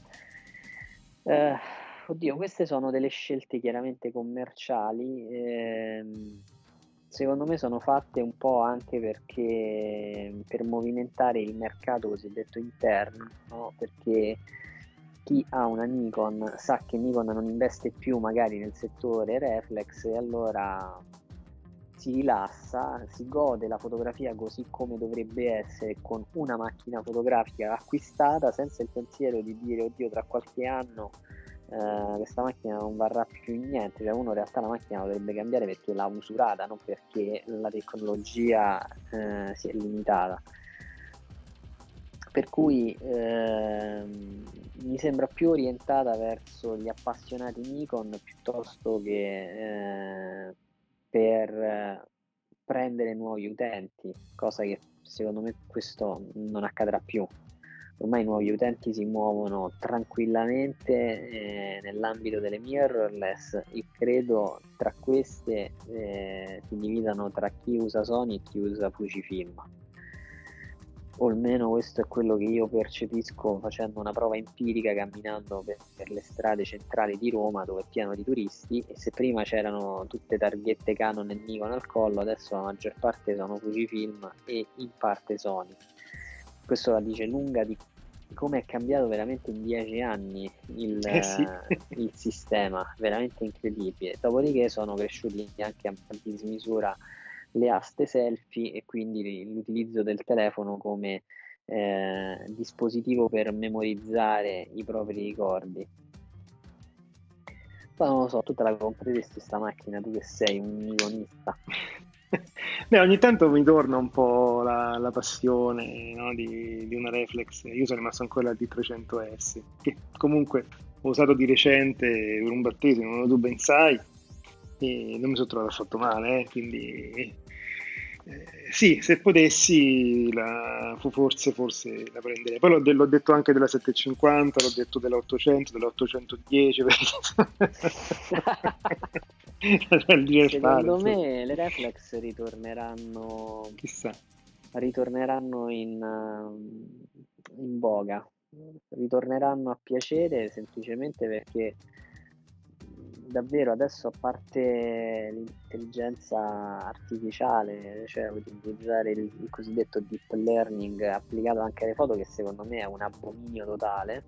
Eh, oddio, queste sono delle scelte chiaramente commerciali, ehm, secondo me sono fatte un po' anche perché per movimentare il mercato cosiddetto interno, no? Perché chi ha una Nikon sa che Nikon non investe più magari nel settore reflex e allora si rilassa, si gode la fotografia così come dovrebbe essere, con una macchina fotografica acquistata, senza il pensiero di dire oddio tra qualche anno eh, questa macchina non varrà più niente. Cioè uno in realtà la macchina la dovrebbe cambiare perché l'ha usurata, non perché la tecnologia eh, si è limitata. Per cui ehm, mi sembra più orientata verso gli appassionati Nikon piuttosto che eh, per eh, prendere nuovi utenti, cosa che secondo me questo non accadrà più. Ormai i nuovi utenti si muovono tranquillamente eh, nell'ambito delle mirrorless e credo tra queste eh, si dividano tra chi usa Sony e chi usa Fujifilm. O almeno questo è quello che io percepisco facendo una prova empirica camminando per, per le strade centrali di Roma, dove è pieno di turisti, e se prima c'erano tutte targhette Canon e Nikon al collo, adesso la maggior parte sono Fujifilm e in parte Sony. Questo la dice lunga di come è cambiato veramente in dieci anni il, eh sì. il sistema, veramente incredibile. Dopodiché sono cresciuti anche a dismisura le aste selfie e quindi l'utilizzo del telefono come eh, dispositivo per memorizzare i propri ricordi. Poi non lo so, tu te la compreresti sta macchina, tu che sei un nikonista? Beh, ogni tanto mi torna un po' la, la passione, no, di, di una reflex. Io sono rimasto ancora al D trecento S, che comunque ho usato di recente per un battesimo, come tu ben sai, e non mi sono trovato affatto male, eh, quindi eh, sì, se potessi la, forse, forse la prenderei. Poi l'ho, l'ho detto anche della settecentocinquanta, l'ho detto della ottocento, della ottocentodieci secondo me le reflex ritorneranno chissà ritorneranno in, in voga, ritorneranno a piacere semplicemente perché davvero adesso, a parte l'intelligenza artificiale, cioè utilizzare il, il cosiddetto deep learning applicato anche alle foto, che secondo me è un abominio totale,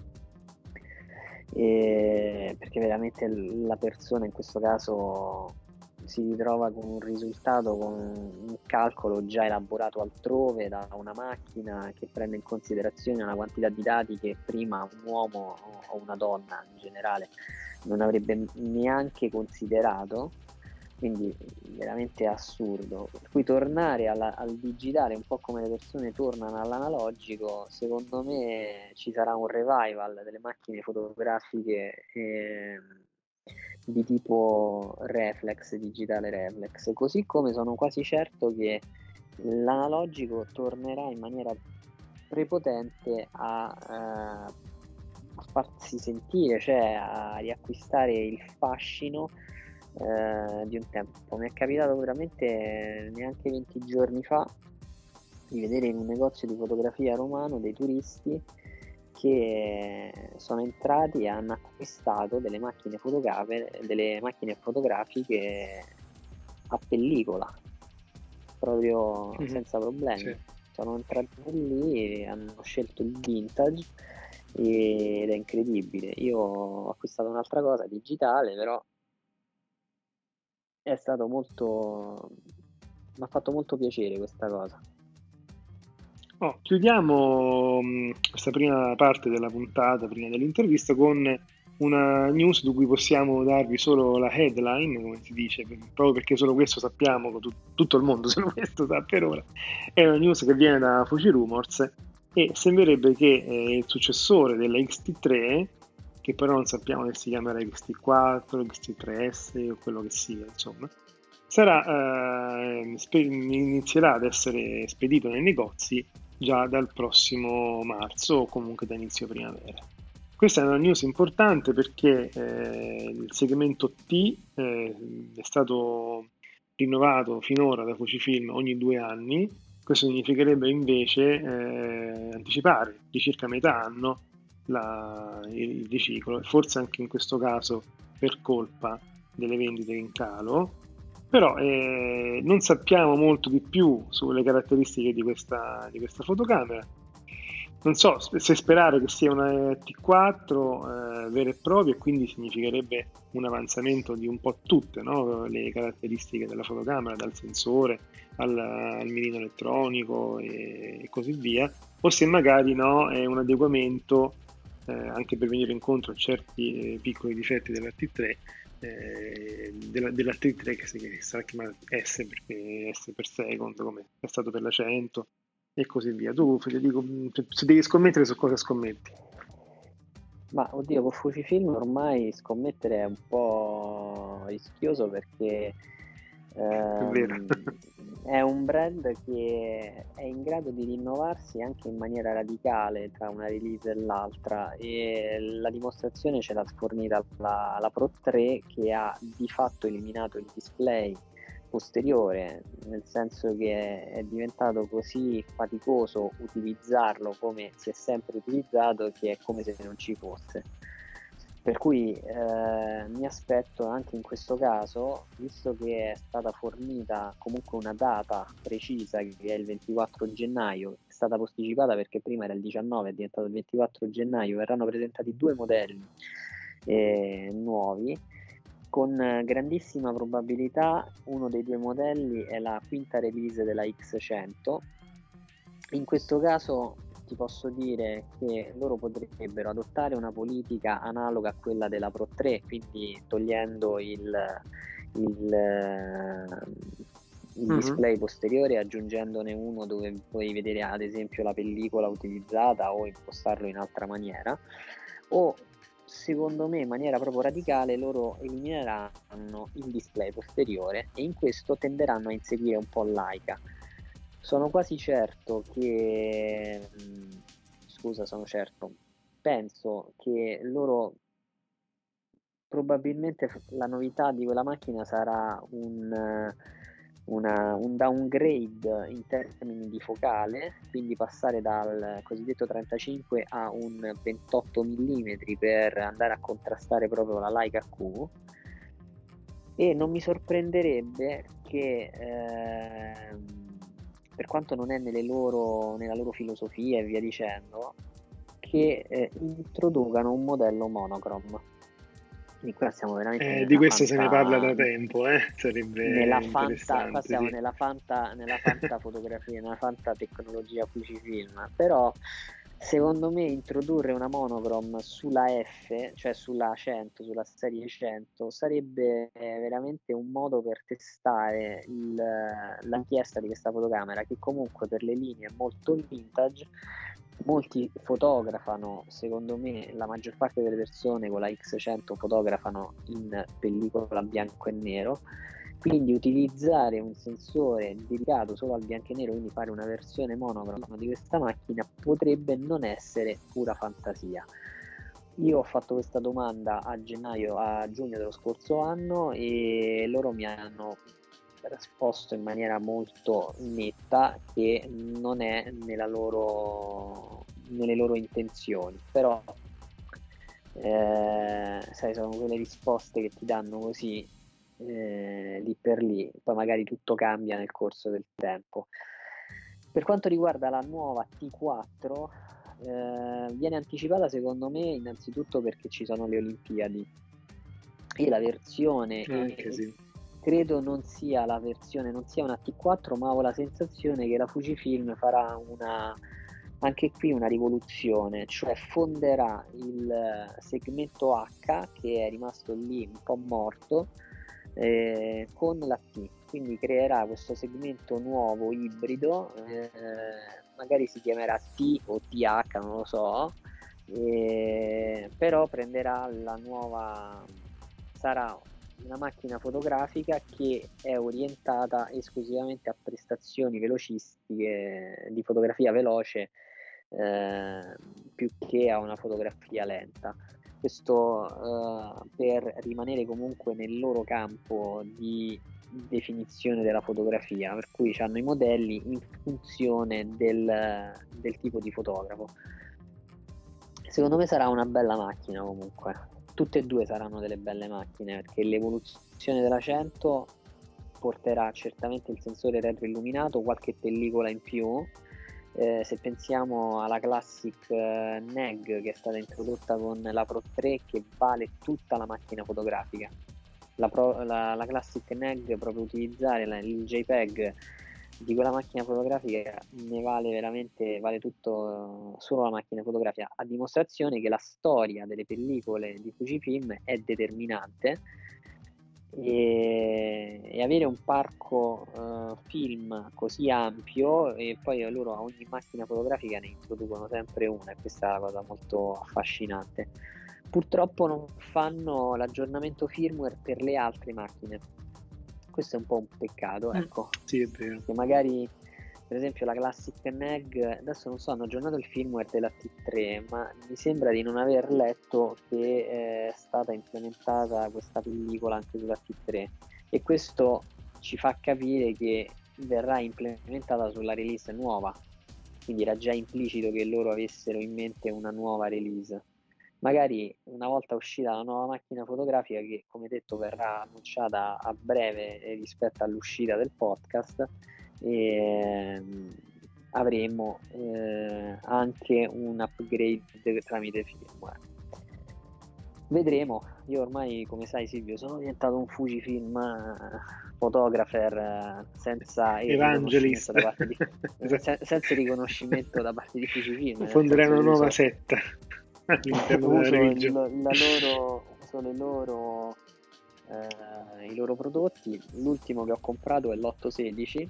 e perché veramente la persona in questo caso si ritrova con un risultato, con un calcolo già elaborato altrove da una macchina che prende in considerazione una quantità di dati che prima un uomo o una donna in generale non avrebbe neanche considerato, quindi veramente assurdo. Per cui tornare alla, al digitale, un po' come le persone tornano all'analogico, secondo me ci sarà un revival delle macchine fotografiche eh, di tipo reflex, digitale reflex, così come sono quasi certo che l'analogico tornerà in maniera prepotente a eh, a farsi sentire, cioè a riacquistare il fascino eh, di un tempo. Mi è capitato veramente neanche venti giorni fa di vedere in un negozio di fotografia romano dei turisti che sono entrati e hanno acquistato delle macchine fotografiche, delle macchine fotografiche a pellicola, proprio mm-hmm. senza problemi. Sì. Sono entrati lì e hanno scelto il vintage ed è incredibile. Io ho acquistato un'altra cosa digitale, però è stato molto, mi ha fatto molto piacere questa cosa. Oh, chiudiamo mh, questa prima parte della puntata, prima dell'intervista, con una news di cui possiamo darvi solo la headline, come si dice, proprio perché solo questo sappiamo, tutto il mondo solo questo sa per ora. È una news che viene da Fuji Rumors e sembrerebbe che eh, il successore della X T tre, che però non sappiamo se si chiamerà X T quattro, X T tre S o quello che sia, insomma, sarà, eh, spe- inizierà ad essere spedito nei negozi già dal prossimo marzo o comunque da inizio primavera. Questa è una news importante perché eh, il segmento T eh, è stato rinnovato finora da Fujifilm ogni due anni. Questo significherebbe invece eh, anticipare di circa metà anno la, il riciclo, e forse anche in questo caso per colpa delle vendite in calo, però eh, non sappiamo molto di più sulle caratteristiche di questa, di questa fotocamera. Non so se sperare che sia una T quattro eh, vera e propria, e quindi significherebbe un avanzamento di un po' tutte, no? Le caratteristiche della fotocamera, dal sensore al, al mirino elettronico e, e così via, o se magari no, è un adeguamento eh, anche per venire incontro a certi eh, piccoli difetti della T tre, eh, della, della T tre che, si, che sarà chiamata S perché S per second, come è stato per la cento e così via. Tu, Federico, se devi scommettere, su cosa scommetti? Ma oddio, con Fujifilm ormai scommettere è un po' rischioso perché ehm, È vero. è un brand che è in grado di rinnovarsi anche in maniera radicale tra una release e l'altra, e la dimostrazione ce l'ha fornita la, la Pro tre, che ha di fatto eliminato il display posteriore, nel senso che è diventato così faticoso utilizzarlo come si è sempre utilizzato che è come se non ci fosse. Per cui eh, mi aspetto anche in questo caso, visto che è stata fornita comunque una data precisa che è il ventiquattro gennaio, è stata posticipata perché prima era il diciannove, è diventato il ventiquattro gennaio, verranno presentati due modelli eh, nuovi. Con grandissima probabilità uno dei due modelli è la quinta release della X cento. In questo caso ti posso dire che loro potrebbero adottare una politica analoga a quella della Pro tre, quindi togliendo il, il, il Mhm. display posteriore, aggiungendone uno dove puoi vedere ad esempio la pellicola utilizzata o impostarlo in altra maniera, o secondo me in maniera proprio radicale loro elimineranno il display posteriore e in questo tenderanno a inseguire un po' Leica. Sono quasi certo che mh, scusa, sono certo, penso che loro probabilmente f- la novità di quella macchina sarà un, eh, una- un downgrade in termini di focale, quindi passare dal cosiddetto trentacinque a un ventotto millimetri per andare a contrastare proprio la Leica Q, e non mi sorprenderebbe che ehm, per quanto non è nelle loro, nella loro filosofia e via dicendo, che eh, introducano un modello monochrome. Quindi qua siamo veramente Eh, nella di questo se ne fanta- parla da tempo, eh? Sarebbe nella fanta, qua interessante. siamo Sì. nella fanta, nella fanta fotografia, nella fanta tecnologia Fujifilm, però secondo me introdurre una monochrome sulla F, cioè sulla cento, sulla serie cento, sarebbe eh, veramente un modo per testare il, la richiesta di questa fotocamera, che comunque per le linee è molto vintage. Molti fotografano, secondo me la maggior parte delle persone con la X cento fotografano in pellicola bianco e nero, quindi utilizzare un sensore dedicato solo al bianco e nero, quindi fare una versione monocroma di questa macchina, potrebbe non essere pura fantasia. Io ho fatto questa domanda a gennaio, a giugno dello scorso anno, e loro mi hanno risposto in maniera molto netta che non è nella loro, nelle loro intenzioni, però eh, sai, sono quelle risposte che ti danno così eh, lì per lì, poi magari tutto cambia nel corso del tempo. Per quanto riguarda la nuova T quattro, eh, viene anticipata secondo me innanzitutto perché ci sono le Olimpiadi, e la versione Anche e- sì. credo non sia la versione, non sia una T quattro, ma ho la sensazione che la Fujifilm farà una, anche qui una rivoluzione, cioè fonderà il segmento H che è rimasto lì un po' morto eh, con la T, quindi creerà questo segmento nuovo ibrido, eh, magari si chiamerà T o T H, non lo so, eh, però prenderà la nuova, sarà una macchina fotografica che è orientata esclusivamente a prestazioni velocistiche di fotografia veloce, eh, più che a una fotografia lenta. Questo eh, per rimanere comunque nel loro campo di definizione della fotografia, per cui hanno i modelli in funzione del, del tipo di fotografo. Secondo me sarà una bella macchina comunque. Tutte e due saranno delle belle macchine, perché l'evoluzione della cento porterà certamente il sensore retroilluminato, qualche pellicola in più. Eh, se pensiamo alla Classic eh, N E G che è stata introdotta con la Pro tre, che vale tutta la macchina fotografica, la, Pro, la, la Classic N E G, proprio utilizzare la, il JPEG di quella macchina fotografica ne vale veramente, vale tutto, solo la macchina fotografica, a dimostrazione che la storia delle pellicole di Fujifilm è determinante, e, e avere un parco uh, film così ampio, e poi loro a ogni macchina fotografica ne introducono sempre una, e questa è una cosa molto affascinante. Purtroppo non fanno l'aggiornamento firmware per le altre macchine. Questo è un po' un peccato, ecco. Mm, sì, è vero. Che magari, per esempio, la Classic N E G, adesso non so, hanno aggiornato il firmware della T tre, ma mi sembra di non aver letto che è stata implementata questa pellicola anche sulla T tre, e questo ci fa capire che verrà implementata sulla release nuova, quindi era già implicito che loro avessero in mente una nuova release. Magari una volta uscita la nuova macchina fotografica, che come detto verrà annunciata a breve rispetto all'uscita del podcast, e avremo eh, anche un upgrade tramite firmware. Vedremo. Io ormai, come sai Silvio, sono diventato un Fujifilm photographer senza evangelist da parte di, sen- senza riconoscimento da parte di Fujifilm. Fonderà una nuova setta all'interno uso, della il, la loro, uso le loro, eh, i loro prodotti. L'ultimo che ho comprato è l'otto sedici,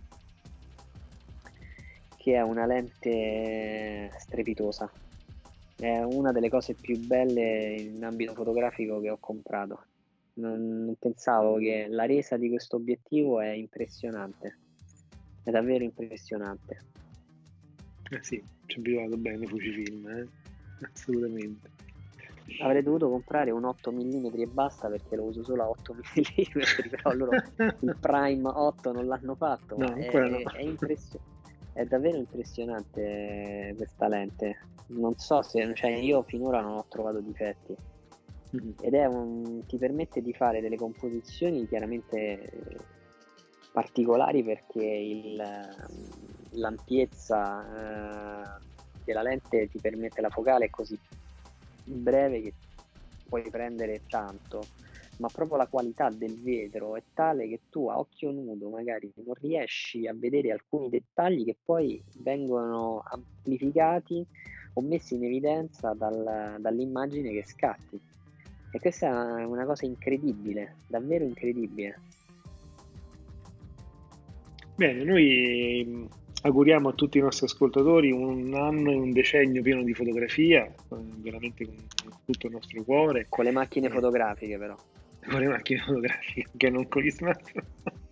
che è una lente strepitosa, è una delle cose più belle in ambito fotografico che ho comprato. Non, non pensavo, che la resa di questo obiettivo è impressionante, è davvero impressionante. Eh sì, ci è abituato bene Fujifilm, eh? Assolutamente. Avrei dovuto comprare un otto millimetri e basta, perché lo uso solo a otto millimetri, però loro il Prime otto non l'hanno fatto. No, ma è, no. è, impressio- è davvero impressionante questa lente. Non so se, cioè, io finora non ho trovato difetti, mm-hmm. ed è un, ti permette di fare delle composizioni chiaramente particolari, perché il, l'ampiezza eh, della lente ti permette, la focale è così breve che puoi prendere tanto, ma proprio la qualità del vetro è tale che tu a occhio nudo magari non riesci a vedere alcuni dettagli che poi vengono amplificati o messi in evidenza dal, dall'immagine che scatti, e questa è una cosa incredibile, davvero incredibile. Bene, noi auguriamo a tutti i nostri ascoltatori un anno e un decennio pieno di fotografia, veramente con tutto il nostro cuore. Con le macchine eh. fotografiche però. Con le macchine fotografiche, che non con gli smartphone.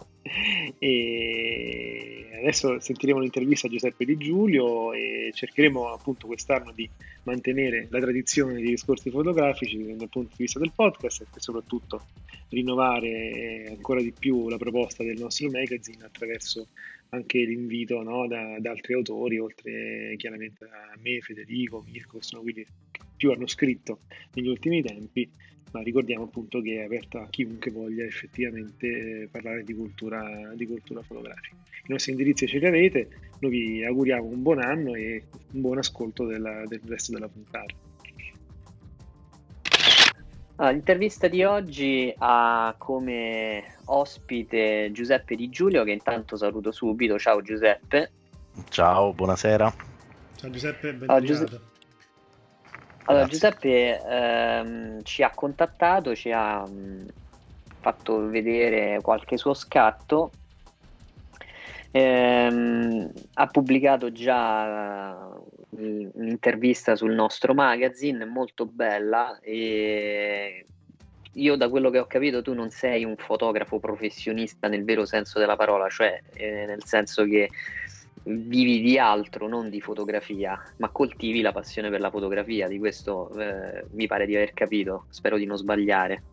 E adesso sentiremo l'intervista a Giuseppe Di Giulio e cercheremo appunto quest'anno di mantenere la tradizione dei discorsi fotografici dal punto di vista del podcast, e soprattutto rinnovare ancora di più la proposta del nostro magazine attraverso anche l'invito, no, da, da altri autori, oltre chiaramente a me, Federico, Mirko, che sono quelli che più hanno scritto negli ultimi tempi, ma ricordiamo appunto che è aperta a chiunque voglia effettivamente parlare di cultura, di cultura fotografica. I nostri indirizzi ce li avete, noi vi auguriamo un buon anno e un buon ascolto della, del resto della puntata. Allora, l'intervista di oggi ha come ospite Giuseppe Di Giulio, che intanto saluto subito. Ciao Giuseppe. Ciao, buonasera. Ciao Giuseppe, ben allora, arrivato. Giuseppe, allora, Giuseppe ehm, ci ha contattato, ci ha mh, fatto vedere qualche suo scatto. Ehm, ha pubblicato già uh, un'intervista sul nostro magazine molto bella, e io da quello che ho capito tu non sei un fotografo professionista nel vero senso della parola, cioè eh, nel senso che vivi di altro, non di fotografia, ma coltivi la passione per la fotografia. Di questo eh, mi pare di aver capito, spero di non sbagliare.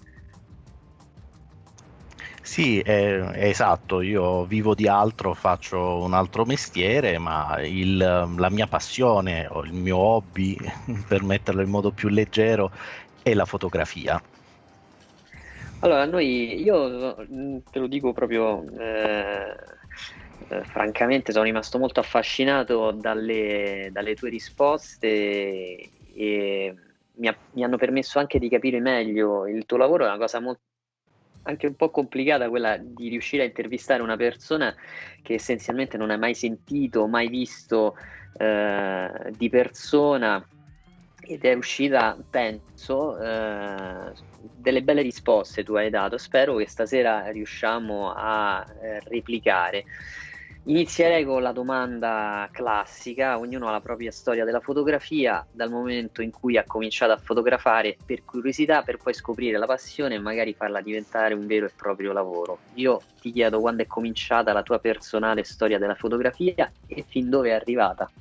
Sì, è, è esatto, io vivo di altro, faccio un altro mestiere, ma il, la mia passione o il mio hobby, per metterlo in modo più leggero, è la fotografia. Allora, noi, io te lo dico proprio eh, eh, francamente, sono rimasto molto affascinato dalle, dalle tue risposte e mi, ha, mi hanno permesso anche di capire meglio il tuo lavoro. È una cosa molto anche un po' complicata, quella di riuscire a intervistare una persona che essenzialmente non hai mai sentito, mai visto eh, di persona, ed è uscita, penso, eh, delle belle risposte tu hai dato. Spero che stasera riusciamo a eh, replicare. Inizierei con la domanda classica: ognuno ha la propria storia della fotografia, dal momento in cui ha cominciato a fotografare per curiosità, per poi scoprire la passione e magari farla diventare un vero e proprio lavoro. Io ti chiedo quando è cominciata la tua personale storia della fotografia e fin dove è arrivata.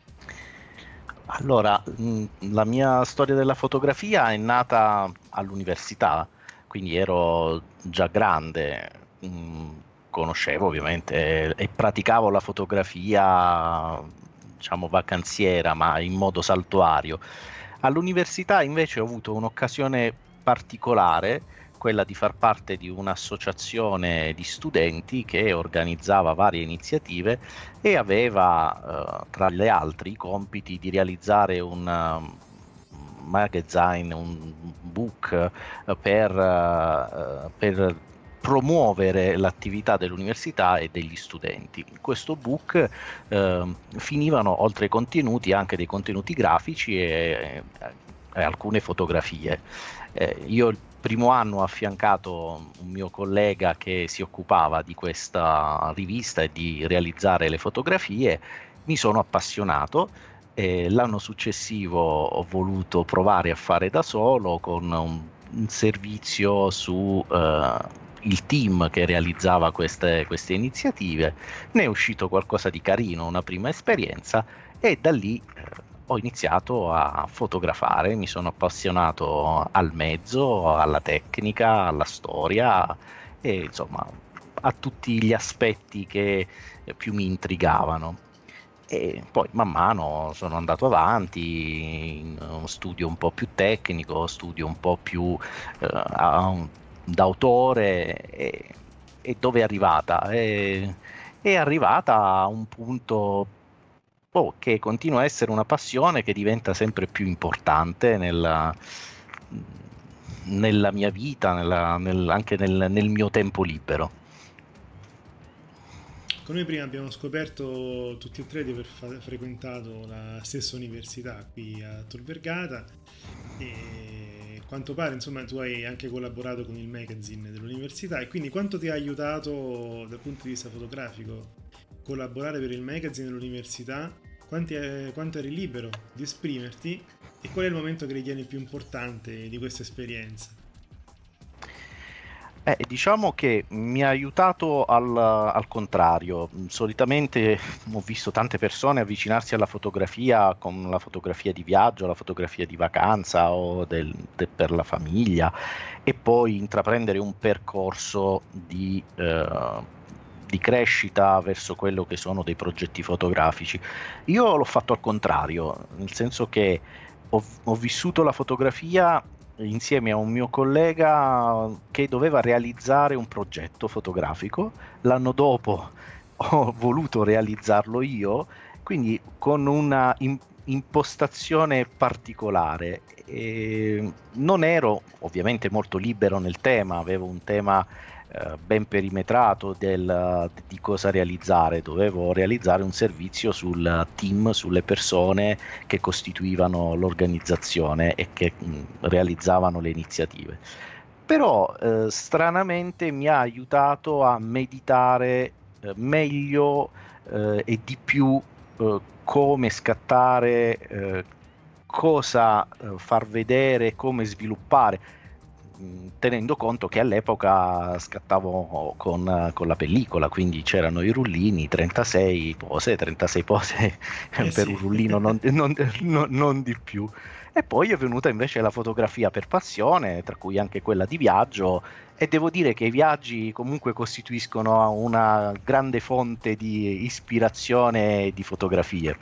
Allora, la mia storia della fotografia è nata all'università, quindi ero già grande, conoscevo ovviamente e praticavo la fotografia, diciamo, vacanziera, ma in modo saltuario. All'università invece ho avuto un'occasione particolare, quella di far parte di un'associazione di studenti che organizzava varie iniziative e aveva, eh, tra le altre, i compiti di realizzare un uh, magazine, un book uh, per, uh, per promuovere l'attività dell'università e degli studenti. In questo book uh, finivano, oltre ai contenuti, anche dei contenuti grafici e, e alcune fotografie. Eh, io il primo anno ho affiancato un mio collega che si occupava di questa rivista e di realizzare le fotografie, mi sono appassionato e l'anno successivo ho voluto provare a fare da solo con un, un servizio su uh, il team che realizzava queste, queste iniziative. Ne è uscito qualcosa di carino, una prima esperienza, e da lì uh, ho iniziato a fotografare, mi sono appassionato al mezzo, alla tecnica, alla storia e insomma a tutti gli aspetti che più mi intrigavano. E poi man mano sono andato avanti in uno studio un po' più tecnico, studio un po' più eh, d'autore, e, e dove è arrivata? È, è arrivata a un punto Oh, che continua a essere una passione che diventa sempre più importante nella, nella mia vita, nella, nel, anche nel, nel mio tempo libero. Con noi prima abbiamo scoperto tutti e tre di aver fa- frequentato la stessa università qui a Tor Vergata e a quanto pare, insomma, tu hai anche collaborato con il magazine dell'università, e quindi quanto ti ha aiutato dal punto di vista fotografico collaborare per il magazine dell'università? Quanti è, quanto eri libero di esprimerti e qual è il momento che ritieni più importante di questa esperienza? Eh, diciamo che mi ha aiutato al, al contrario. Solitamente ho visto tante persone avvicinarsi alla fotografia con la fotografia di viaggio, la fotografia di vacanza o del, de, per la famiglia, e poi intraprendere un percorso di eh, di crescita verso quello che sono dei progetti fotografici. Io l'ho fatto al contrario, nel senso che ho, ho vissuto la fotografia insieme a un mio collega che doveva realizzare un progetto fotografico. L'anno dopo ho voluto realizzarlo io, quindi con una in, impostazione particolare. E non ero ovviamente molto libero nel tema, avevo un tema ben perimetrato del, di cosa realizzare. Dovevo realizzare un servizio sul team, sulle persone che costituivano l'organizzazione e che mh, realizzavano le iniziative. Però eh, stranamente mi ha aiutato a meditare eh, meglio eh, e di più eh, come scattare, eh, cosa eh, far vedere, come sviluppare. tenendo conto che all'epoca scattavo con, con la pellicola, quindi c'erano i rullini, trentasei pose, trentasei pose eh per sì. un rullino, non, non, non, non di più. E poi è venuta invece la fotografia per passione, tra cui anche quella di viaggio, e devo dire che i viaggi comunque costituiscono una grande fonte di ispirazione e di fotografie.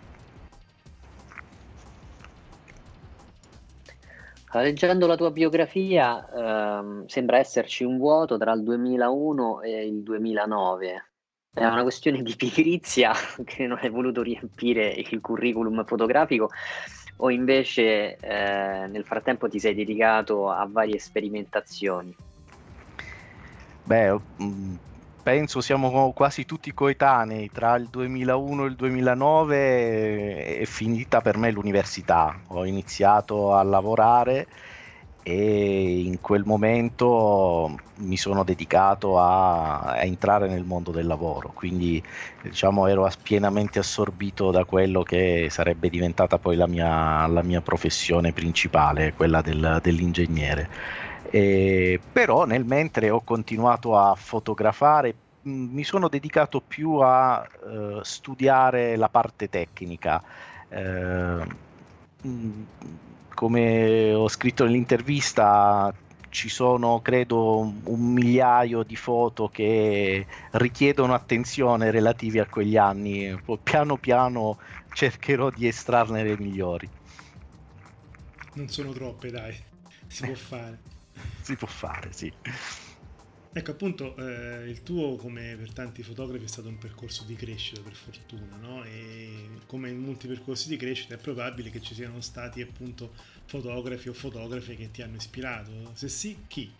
Leggendo la tua biografia ehm, sembra esserci un vuoto tra il duemilauno e il duemilanove. È una questione di pigrizia che non hai voluto riempire il curriculum fotografico, o invece eh, nel frattempo ti sei dedicato a varie sperimentazioni? Beh, penso siamo quasi tutti coetanei. Tra il duemilauno e il duemilanove è finita per me l'università. Ho iniziato a lavorare e in quel momento mi sono dedicato a, a entrare nel mondo del lavoro, quindi diciamo ero pienamente assorbito da quello che sarebbe diventata poi la mia, la mia professione principale, quella del, dell'ingegnere. E, però nel mentre ho continuato a fotografare, mi sono dedicato più a uh, studiare la parte tecnica. Uh, come ho scritto nell'intervista, ci sono credo un migliaio di foto che richiedono attenzione relative a quegli anni. Poi, piano piano cercherò di estrarne le migliori. Non sono troppe, dai, si può fare. Si può fare, sì. Ecco, appunto, eh, il tuo, come per tanti fotografi, è stato un percorso di crescita, per fortuna, no? E come in molti percorsi di crescita è probabile che ci siano stati appunto fotografi o fotografe che ti hanno ispirato. Se sì, chi?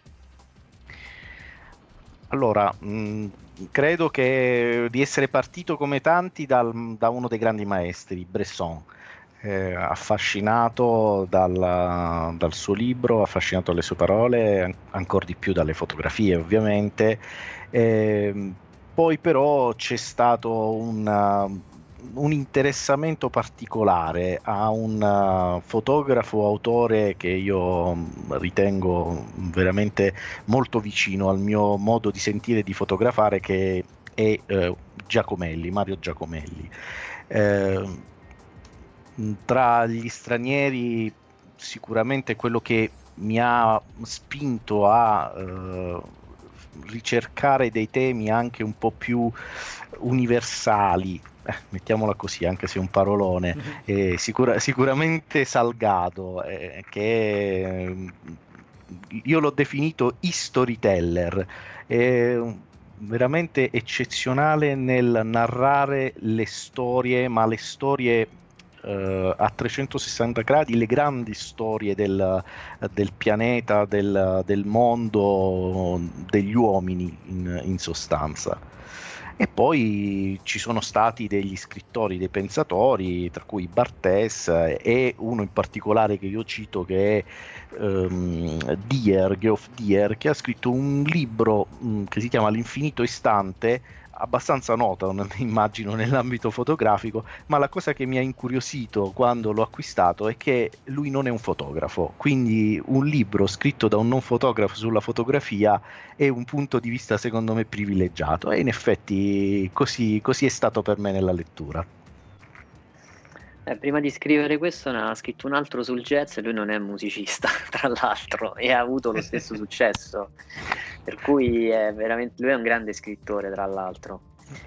Allora, mh, credo che di essere partito come tanti dal, da uno dei grandi maestri, Bresson. Eh, affascinato dal, dal suo libro, affascinato dalle sue parole, an- ancora di più dalle fotografie ovviamente. Eh, poi però c'è stato un, uh, un interessamento particolare a un uh, fotografo autore che io ritengo veramente molto vicino al mio modo di sentire e di fotografare, che è uh, Giacomelli, Mario Giacomelli. Eh, Tra gli stranieri sicuramente quello che mi ha spinto a eh, ricercare dei temi anche un po' più universali, eh, mettiamola così, anche se è un parolone, mm-hmm. eh, sicura, sicuramente Salgado, eh, che io l'ho definito storyteller, è veramente eccezionale nel narrare le storie, ma le storie Uh, a trecentosessanta gradi, le grandi storie del, del pianeta, del, del mondo, degli uomini in, in sostanza. E poi ci sono stati degli scrittori, dei pensatori, tra cui Barthes e uno in particolare che io cito, che è um, Dier, Geoff Dier, che ha scritto un libro um, che si chiama L'infinito istante, abbastanza noto, immagino, nell'ambito fotografico, ma la cosa che mi ha incuriosito quando l'ho acquistato è che lui non è un fotografo, quindi un libro scritto da un non fotografo sulla fotografia è un punto di vista secondo me privilegiato, e in effetti così, così è stato per me nella lettura. Eh, prima di scrivere questo ne ha scritto un altro sul jazz, e lui non è musicista tra l'altro, e ha avuto lo stesso successo, per cui è veramente, lui è un grande scrittore tra l'altro.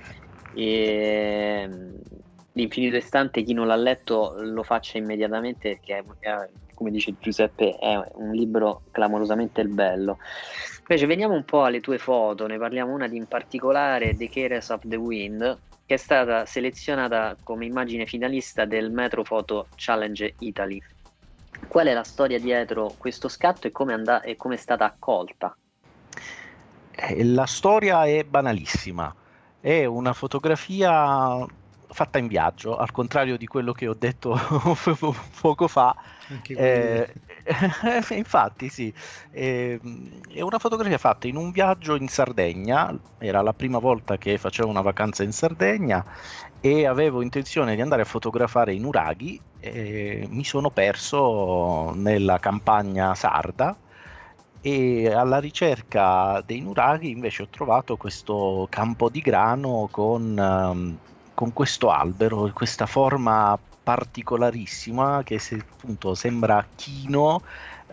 E L'infinito istante, chi non l'ha letto lo faccia immediatamente, perché è, come dice Giuseppe, è un libro clamorosamente bello. Invece veniamo un po' alle tue foto, ne parliamo una di in particolare, The Keres of the Wind, che è stata selezionata come immagine finalista del Metro Photo Challenge Italy. Qual è la storia dietro questo scatto e come and- e come è stata accolta? Eh, la storia è banalissima, è una fotografia fatta in viaggio, al contrario di quello che ho detto poco fa. Eh, infatti sì, eh, è una fotografia fatta in un viaggio in Sardegna. Era la prima volta che facevo una vacanza in Sardegna e avevo intenzione di andare a fotografare i nuraghi, e mi sono perso nella campagna sarda e alla ricerca dei nuraghi invece ho trovato questo campo di grano con, um, con questo albero, questa forma particolarissima che se, appunto sembra chino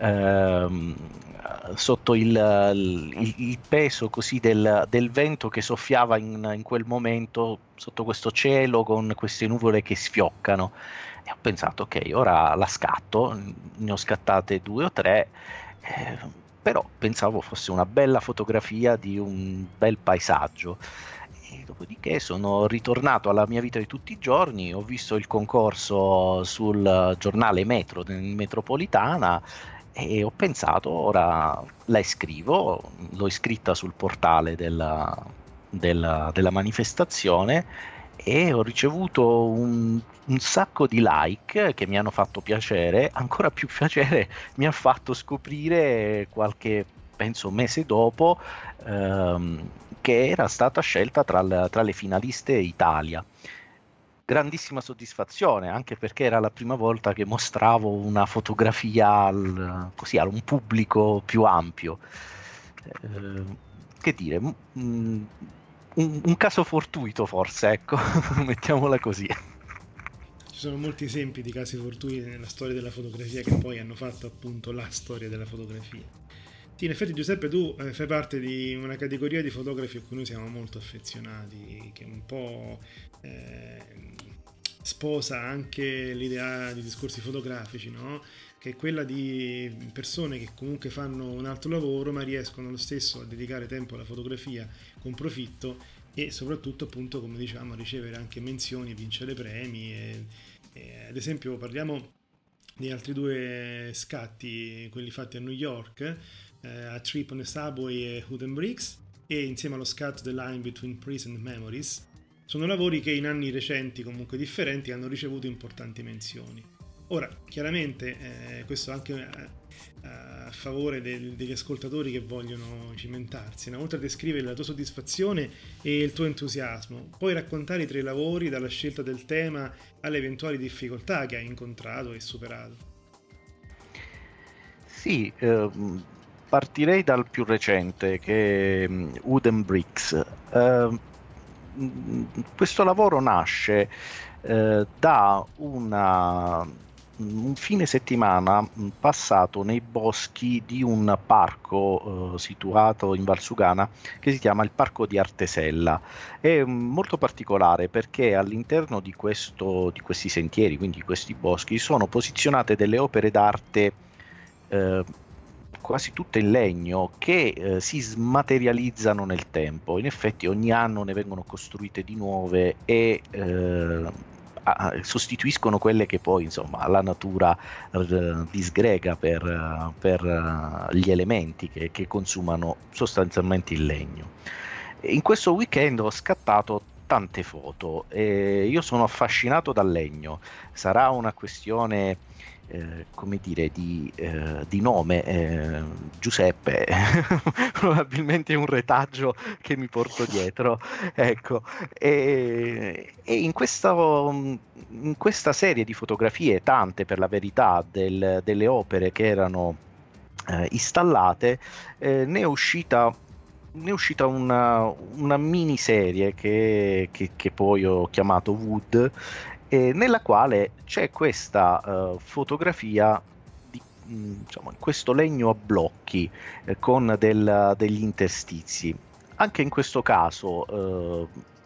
ehm, sotto il, il, il peso così del, del vento che soffiava in, in quel momento sotto questo cielo con queste nuvole che sfioccano, e ho pensato ok, ora la scatto, ne ho scattate due o tre, eh, però pensavo fosse una bella fotografia di un bel paesaggio. E dopodiché sono ritornato alla mia vita di tutti i giorni, ho visto il concorso sul giornale Metro, in metropolitana, e ho pensato ora la iscrivo, l'ho iscritta sul portale della, della, della manifestazione e ho ricevuto un, un sacco di like che mi hanno fatto piacere. Ancora più piacere mi ha fatto scoprire qualche, penso mese dopo, ehm, che era stata scelta tra le, tra le finaliste Italia. Grandissima soddisfazione, anche perché era la prima volta che mostravo una fotografia al, così, a un pubblico più ampio. Eh, che dire, mh, un, un caso fortuito forse, ecco, mettiamola così. Ci sono molti esempi di casi fortuiti nella storia della fotografia che poi hanno fatto appunto la storia della fotografia. Sì, in effetti Giuseppe, tu eh, fai parte di una categoria di fotografi a cui noi siamo molto affezionati, che un po' eh, sposa anche l'idea di discorsi fotografici, no? Che è quella di persone che comunque fanno un altro lavoro ma riescono lo stesso a dedicare tempo alla fotografia con profitto e soprattutto appunto, come diciamo, a ricevere anche menzioni, vincere premi e, e ad esempio parliamo di altri due scatti, quelli fatti a New York, A Trip on the Subway e Hood and Bricks, e insieme allo scatto The Line Between Prison and Memories. Sono lavori che in anni recenti, comunque differenti, hanno ricevuto importanti menzioni. Ora, chiaramente, eh, questo anche eh, a favore del, degli ascoltatori che vogliono cimentarsi, no? Oltre a descrivere la tua soddisfazione e il tuo entusiasmo, puoi raccontare i tre lavori dalla scelta del tema alle eventuali difficoltà che hai incontrato e superato. Sì, ehm... partirei dal più recente, che è Wood and Bricks. Uh, questo lavoro nasce uh, da una, un fine settimana passato nei boschi di un parco uh, situato in Valsugana che si chiama il Parco di Artesella. È molto particolare perché all'interno di, questo, di questi sentieri, quindi questi boschi, sono posizionate delle opere d'arte uh, quasi tutte in legno che eh, si smaterializzano nel tempo. In effetti ogni anno ne vengono costruite di nuove e eh, a, sostituiscono quelle che poi insomma la natura eh, disgrega per, per uh, gli elementi che, che consumano sostanzialmente il legno. In questo weekend ho scattato tante foto e io sono affascinato dal legno. Sarà una questione Eh, come dire di, eh, di nome, eh, Giuseppe probabilmente è un retaggio che mi porto dietro, ecco, e, e in, questa, in questa serie di fotografie, tante per la verità, del, delle opere che erano eh, installate, eh, ne è uscita ne è uscita una, una miniserie che, che, che poi ho chiamato Wood, e nella quale c'è questa uh, fotografia di mh, insomma, questo legno a blocchi eh, con del, degli interstizi. Anche in questo caso uh,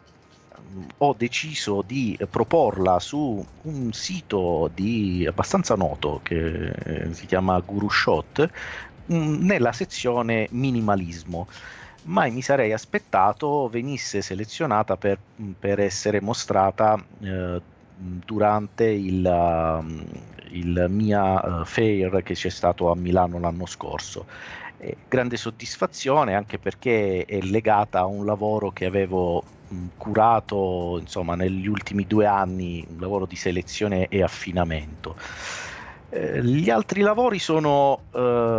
ho deciso di proporla su un sito di abbastanza noto che eh, si chiama Guru Shot, mh, nella sezione minimalismo. Mai mi sarei aspettato venisse selezionata per, per essere mostrata eh, durante il, uh, il mia uh, fair che c'è stato a Milano l'anno scorso. Eh, grande soddisfazione, anche perché è legata a un lavoro che avevo mh, curato insomma negli ultimi due anni, un lavoro di selezione e affinamento. Eh, gli altri lavori sono uh,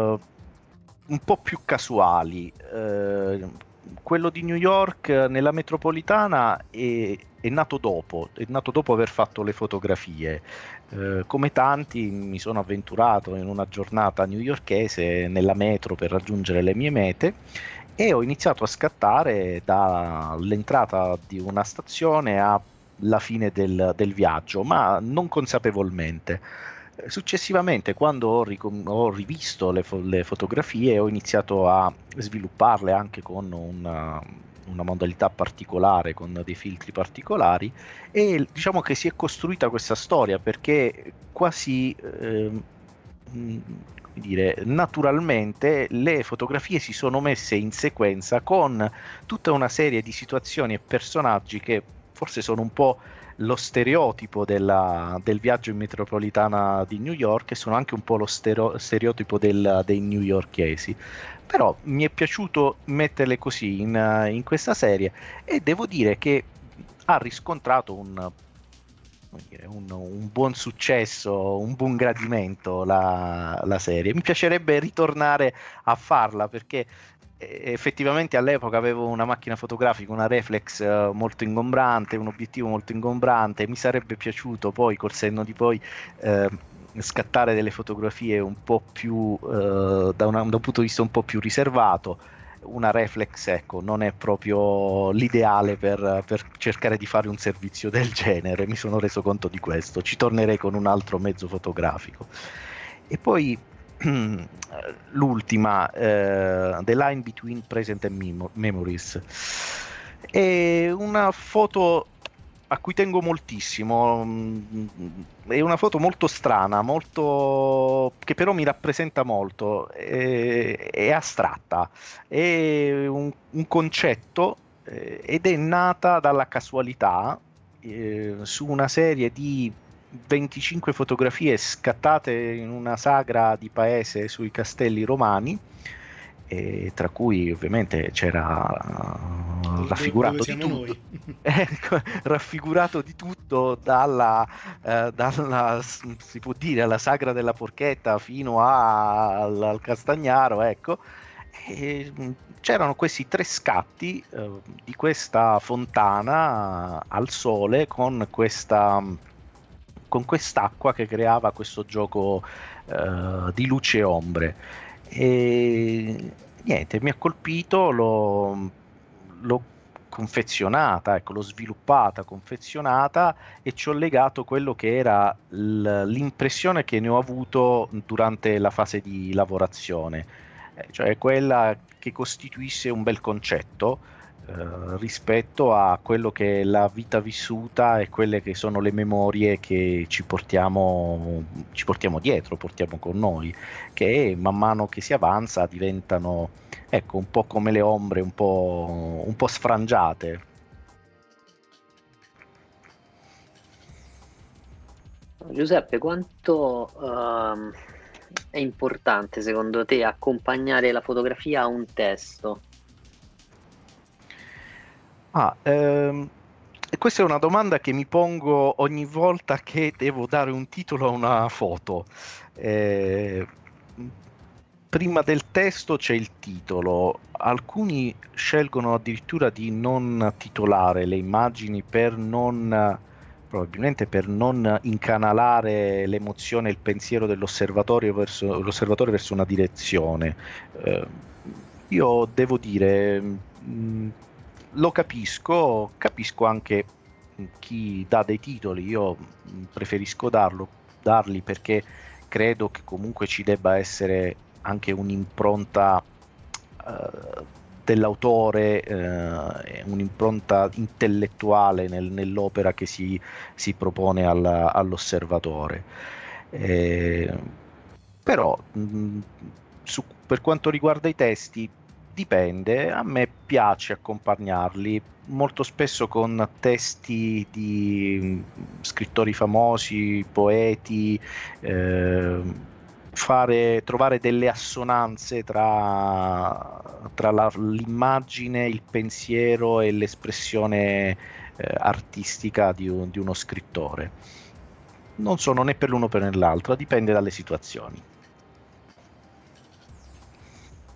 un po' più casuali. Uh, quello di New York nella metropolitana è, è nato dopo, è nato dopo aver fatto le fotografie. Eh, come tanti mi sono avventurato in una giornata newyorkese nella metro per raggiungere le mie mete e ho iniziato a scattare dall'entrata di una stazione alla fine del, del viaggio, ma non consapevolmente. Successivamente, quando ho, ricom- ho rivisto le, fo- le fotografie, ho iniziato a svilupparle anche con una, una modalità particolare, con dei filtri particolari, e diciamo che si è costruita questa storia perché quasi eh, come dire, naturalmente le fotografie si sono messe in sequenza con tutta una serie di situazioni e personaggi che forse sono un po' lo stereotipo della, del viaggio in metropolitana di New York e sono anche un po' lo stereo, stereotipo del, dei newyorkesi. Però mi è piaciuto metterle così in, in questa serie e devo dire che ha riscontrato un, come dire, un, un buon successo, un buon gradimento la, la serie. Mi piacerebbe ritornare a farla perché effettivamente all'epoca avevo una macchina fotografica, una reflex uh, molto ingombrante, un obiettivo molto ingombrante. Mi sarebbe piaciuto poi col senno di poi uh, scattare delle fotografie un po' più uh, da, una, da un punto di vista un po' più riservato. Una reflex, ecco, non è proprio l'ideale per, per cercare di fare un servizio del genere. Mi sono reso conto di questo. Ci tornerei con un altro mezzo fotografico. E poi l'ultima, uh, The Line Between Present and Mem- Memories, è una foto a cui tengo moltissimo. È una foto molto strana, molto che però mi rappresenta molto. È, è astratta, è un, un concetto eh, ed è nata dalla casualità eh, su una serie di venticinque fotografie scattate in una sagra di paese sui castelli romani, e tra cui ovviamente c'era uh, raffigurato di tutto ecco, raffigurato di tutto dalla, uh, dalla si può dire alla sagra della Porchetta fino a, al, al Castagnaro, ecco. E c'erano questi tre scatti uh, di questa fontana al sole con questa con quest'acqua che creava questo gioco uh, di luce e ombre. E niente, mi ha colpito, l'ho, l'ho confezionata, ecco, l'ho sviluppata, confezionata e ci ho legato quello che era l'impressione che ne ho avuto durante la fase di lavorazione, eh, cioè quella che costituisse un bel concetto Uh, rispetto a quello che è la vita vissuta e quelle che sono le memorie che ci portiamo, ci portiamo dietro, portiamo con noi, che man mano che si avanza diventano, ecco, un po' come le ombre, un po', un po' sfrangiate. Giuseppe, quanto uh, è importante secondo te accompagnare la fotografia a un testo? Ah, ehm, questa è una domanda che mi pongo ogni volta che devo dare un titolo a una foto. Eh, prima del testo c'è il titolo. Alcuni scelgono addirittura di non titolare le immagini per non, probabilmente per non incanalare l'emozione e il pensiero dell'osservatorio verso, l'osservatore verso una direzione. Eh, io devo dire... Mh, Lo capisco, capisco anche chi dà dei titoli. Io preferisco darlo, darli perché credo che comunque ci debba essere anche un'impronta uh, dell'autore, uh, un'impronta intellettuale nel, nell'opera che si, si propone alla, all'osservatore. Eh, però mh, su, per quanto riguarda i testi, dipende, a me piace accompagnarli molto spesso con testi di scrittori famosi, poeti, eh, fare, trovare delle assonanze tra, tra la, l'immagine, il pensiero e l'espressione eh, artistica di, un, di uno scrittore. Non sono né per l'uno né per l'altro, dipende dalle situazioni.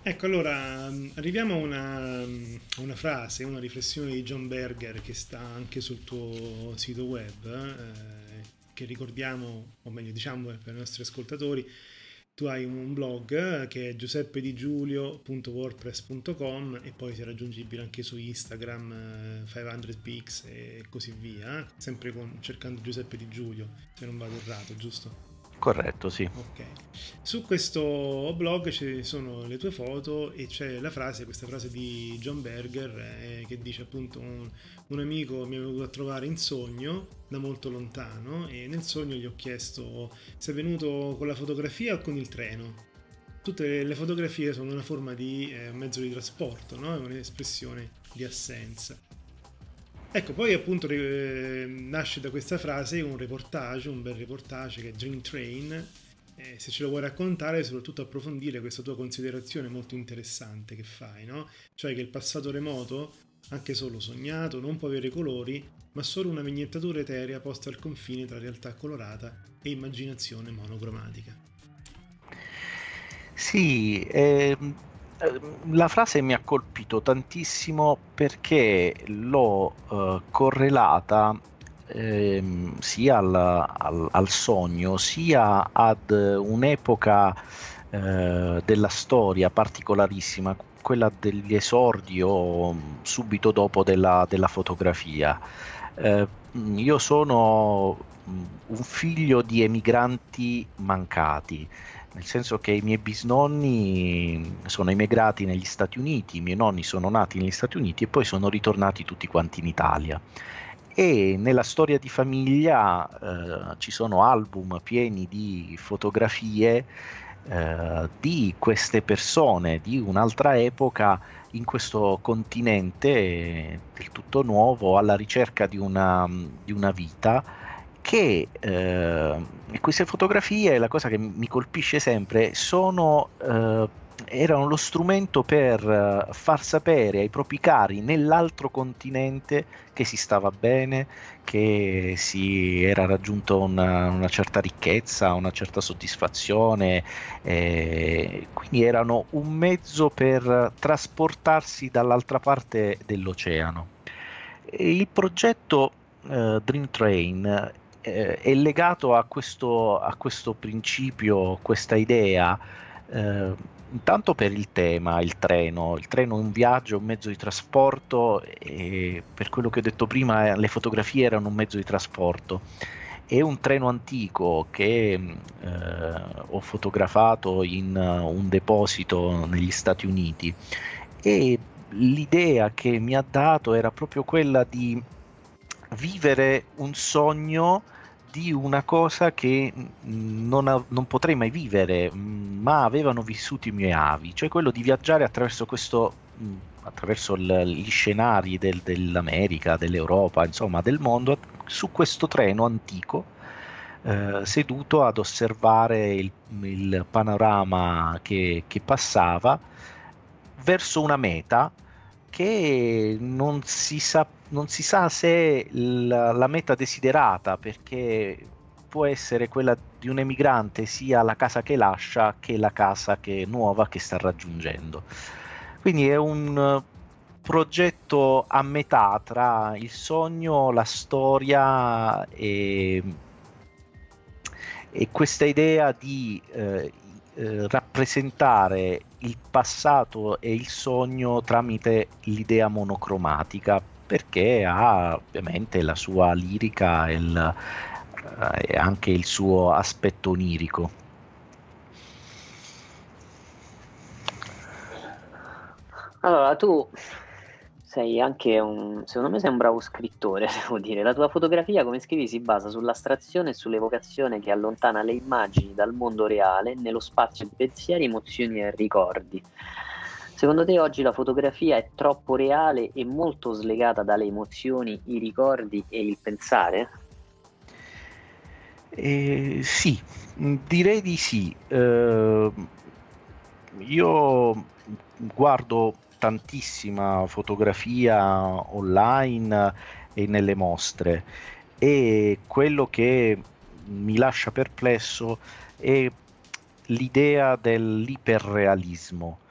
Ecco, allora arriviamo a una, una frase, una riflessione di John Berger che sta anche sul tuo sito web, eh, che ricordiamo, o meglio diciamo per i nostri ascoltatori. Tu hai un blog che è giuseppedigiulio punto wordpress punto com e poi sei raggiungibile anche su Instagram, eh, cinquecento pix e così via, sempre con, cercando Giuseppe Di Giulio, se non vado errato, giusto? Corretto, sì. Ok. Su questo blog ci sono le tue foto e c'è la frase, questa frase di John Berger eh, che dice appunto un, un amico mi è venuto a trovare in sogno da molto lontano e nel sogno gli ho chiesto se è venuto con la fotografia o con il treno. Tutte le fotografie sono una forma di eh, mezzo di trasporto, no? È un'espressione di assenza. Ecco, poi appunto eh, nasce da questa frase un reportage, un bel reportage che è Dream Train, eh, se ce lo vuoi raccontare e soprattutto approfondire questa tua considerazione molto interessante che fai, no? Cioè che il passato remoto, anche solo sognato, non può avere colori, ma solo una vignettatura eterea posta al confine tra realtà colorata e immaginazione monocromatica. Sì, ehm... la frase mi ha colpito tantissimo perché l'ho uh, correlata ehm, sia al, al, al sogno sia ad un'epoca eh, della storia particolarissima, quella degli esordi o subito dopo della, della fotografia. Eh, io sono un figlio di emigranti mancati, nel senso che i miei bisnonni sono emigrati negli Stati Uniti, i miei nonni sono nati negli Stati Uniti e poi sono ritornati tutti quanti in Italia. E nella storia di famiglia eh, ci sono album pieni di fotografie eh, di queste persone di un'altra epoca in questo continente del tutto nuovo, alla ricerca di una, di una vita. Che eh, queste fotografie, la cosa che mi colpisce sempre, sono eh, erano lo strumento per uh, far sapere ai propri cari nell'altro continente che si stava bene, che si era raggiunto una, una certa ricchezza, una certa soddisfazione, eh, quindi erano un mezzo per trasportarsi dall'altra parte dell'oceano. E il progetto uh, Dream Train Eh, è legato a questo, a questo principio, questa idea, eh, intanto per il tema, il treno. Il treno è un viaggio, un mezzo di trasporto e per quello che ho detto prima le fotografie erano un mezzo di trasporto. È un treno antico che eh, ho fotografato in uh, un deposito negli Stati Uniti e l'idea che mi ha dato era proprio quella di vivere un sogno di una cosa che non, ha, non potrei mai vivere, ma avevano vissuto i miei avi, cioè quello di viaggiare attraverso questo, attraverso l, gli scenari del, dell'America, dell'Europa, insomma del mondo, su questo treno antico, eh, seduto ad osservare il, il panorama che, che passava verso una meta che non si sa non si sa se la, la meta desiderata, perché può essere quella di un emigrante sia la casa che lascia che la casa che nuova che sta raggiungendo. Quindi è un progetto a metà tra il sogno, la storia e, e questa idea di eh, eh, rappresentare il passato e il sogno tramite l'idea monocromatica, perché ha ovviamente la sua lirica e, il, e anche il suo aspetto onirico. Allora, tu sei anche un, secondo me sei un bravo scrittore, devo dire. La tua fotografia, come scrivi, si basa sull'astrazione e sull'evocazione che allontana le immagini dal mondo reale nello spazio di pensieri, emozioni e ricordi. Secondo te oggi la fotografia è troppo reale e molto slegata dalle emozioni, i ricordi e il pensare? Eh, sì, direi di sì. Eh, io guardo tantissima fotografia online e nelle mostre e quello che mi lascia perplesso è l'idea dell'iperrealismo.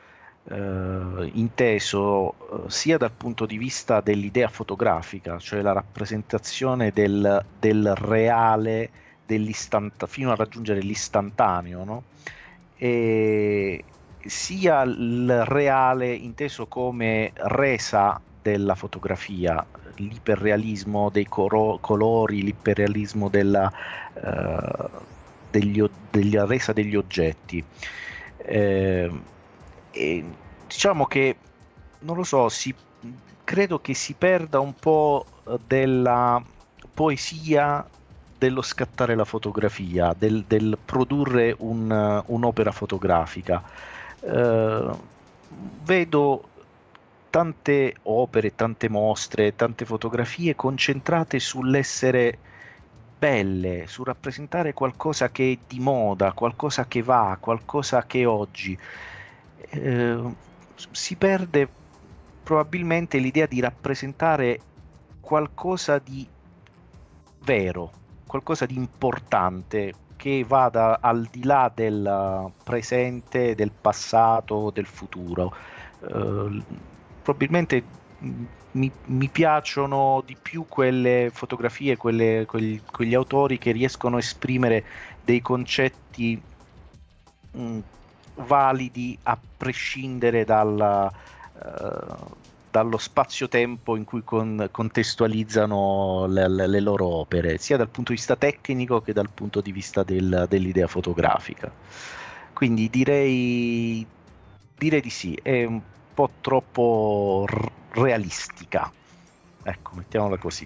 eh, inteso eh, sia dal punto di vista dell'idea fotografica, cioè la rappresentazione del, del reale, dell'istanta- fino a raggiungere l'istantaneo, no? E sia il reale inteso come resa della fotografia, l'iperrealismo dei coro- colori, l'iperrealismo della, eh, degli, della resa degli oggetti. Eh, e diciamo che, non lo so, si, credo che si perda un po' della poesia dello scattare la fotografia, del, del produrre un, un'opera fotografica. Eh, vedo tante opere, tante mostre, tante fotografie concentrate sull'essere belle, su rappresentare qualcosa che è di moda, qualcosa che va, qualcosa che oggi eh, si perde probabilmente l'idea di rappresentare qualcosa di vero, qualcosa di importante che vada al di là del presente, del passato, del futuro. Uh, probabilmente mi, mi piacciono di più quelle fotografie, quelle, quegli, quegli autori che riescono a esprimere dei concetti mh, validi a prescindere dalla, uh, dallo spazio-tempo in cui con, contestualizzano le, le, le loro opere, sia dal punto di vista tecnico che dal punto di vista del, dell'idea fotografica. Quindi direi, direi di sì, è un po' troppo r- realistica, ecco, mettiamola così.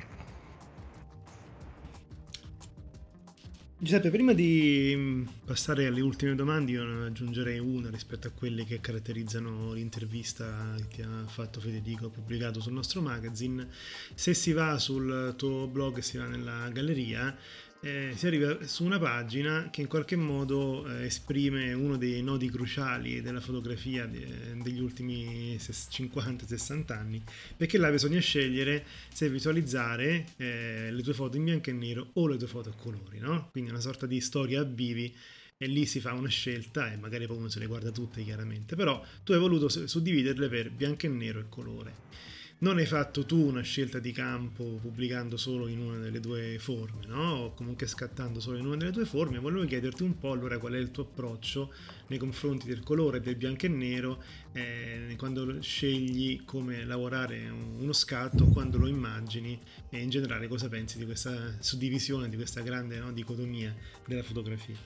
Giuseppe, prima di passare alle ultime domande, io ne aggiungerei una rispetto a quelle che caratterizzano l'intervista che ti ha fatto Federico, pubblicato sul nostro magazine. Se si va sul tuo blog, si va nella galleria, eh, si arriva su una pagina che in qualche modo eh, esprime uno dei nodi cruciali della fotografia de- degli ultimi cinquanta sessanta anni, perché là bisogna scegliere se visualizzare eh, le tue foto in bianco e nero o le tue foto a colori, no? Quindi una sorta di storia a bivi, e lì si fa una scelta e magari poi uno se le guarda tutte chiaramente, però tu hai voluto suddividerle per bianco e nero e colore. Non hai fatto tu una scelta di campo pubblicando solo in una delle due forme, no? O comunque scattando solo in una delle due forme. Volevo chiederti un po' allora qual è il tuo approccio nei confronti del colore e del bianco e nero, eh, quando scegli come lavorare uno scatto, quando lo immagini, e in generale cosa pensi di questa suddivisione, di questa grande, no, dicotomia della fotografia.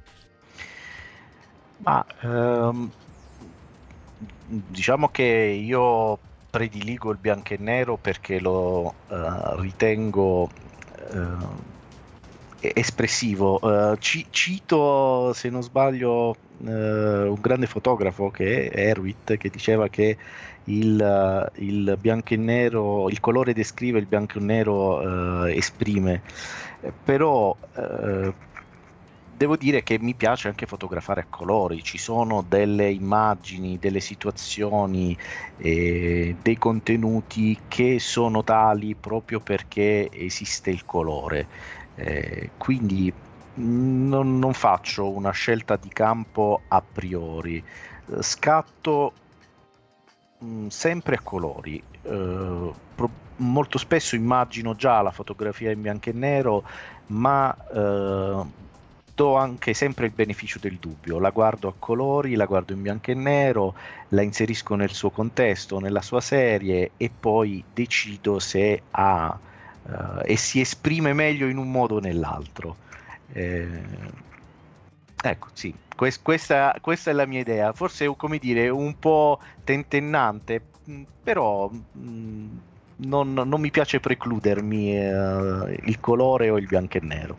Ma ehm, diciamo che io prediligo il bianco e nero perché lo uh, ritengo uh, espressivo. Uh, ci, cito, se non sbaglio, uh, un grande fotografo che è Erwitt, che diceva che il, uh, il bianco e nero, il colore descrive, il bianco e nero uh, esprime. Però uh, devo dire che mi piace anche fotografare a colori. Ci sono delle immagini, delle situazioni, eh, dei contenuti che sono tali proprio perché esiste il colore. Eh, quindi non, non faccio una scelta di campo a priori. Scatto mh, sempre a colori. Eh, pro- molto spesso immagino già la fotografia in bianco e nero, ma eh, do anche sempre il beneficio del dubbio, la guardo a colori, la guardo in bianco e nero, la inserisco nel suo contesto, nella sua serie, e poi decido se ha uh, e si esprime meglio in un modo o nell'altro. Eh, ecco, sì, quest- questa, questa è la mia idea, forse, come dire, un po' tentennante, però mh, non, non mi piace precludermi uh, il colore o il bianco e nero.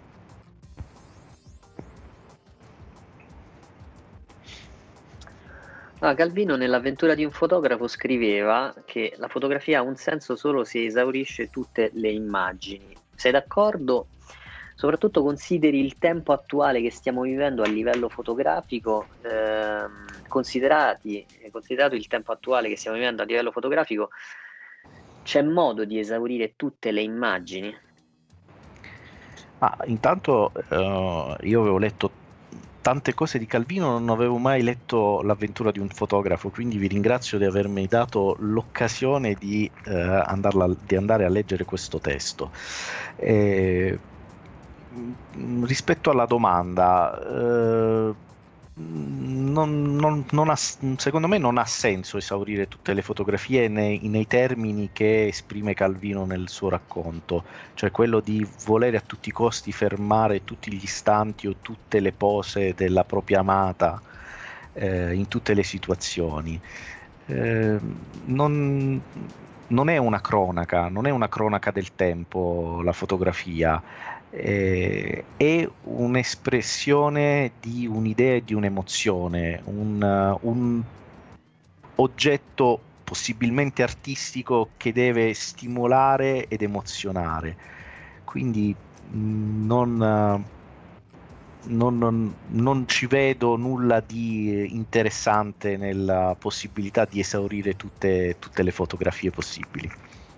Ah, Calvino nell'avventura di un fotografo scriveva che la fotografia ha un senso solo se esaurisce tutte le immagini. Sei d'accordo? Soprattutto consideri il tempo attuale che stiamo vivendo a livello fotografico, ehm, considerati, considerato il tempo attuale che stiamo vivendo a livello fotografico, c'è modo di esaurire tutte le immagini? Ah, intanto uh, io avevo letto tante cose di Calvino non avevo mai letto L'avventura di un fotografo, quindi vi ringrazio di avermi dato l'occasione di, eh, andarla, di andare a leggere questo testo. Eh, rispetto alla domanda, eh, non, non, non ha, secondo me non ha senso esaurire tutte le fotografie nei, nei termini che esprime Calvino nel suo racconto, cioè quello di volere a tutti i costi fermare tutti gli istanti o tutte le pose della propria amata eh, in tutte le situazioni. Eh, non, non è una cronaca, non è una cronaca del tempo la fotografia. Eh, è un'espressione di un'idea e di un'emozione, un, uh, un oggetto possibilmente artistico che deve stimolare ed emozionare. Quindi mh, non, uh, non, non, non ci vedo nulla di interessante nella possibilità di esaurire tutte, tutte le fotografie possibili.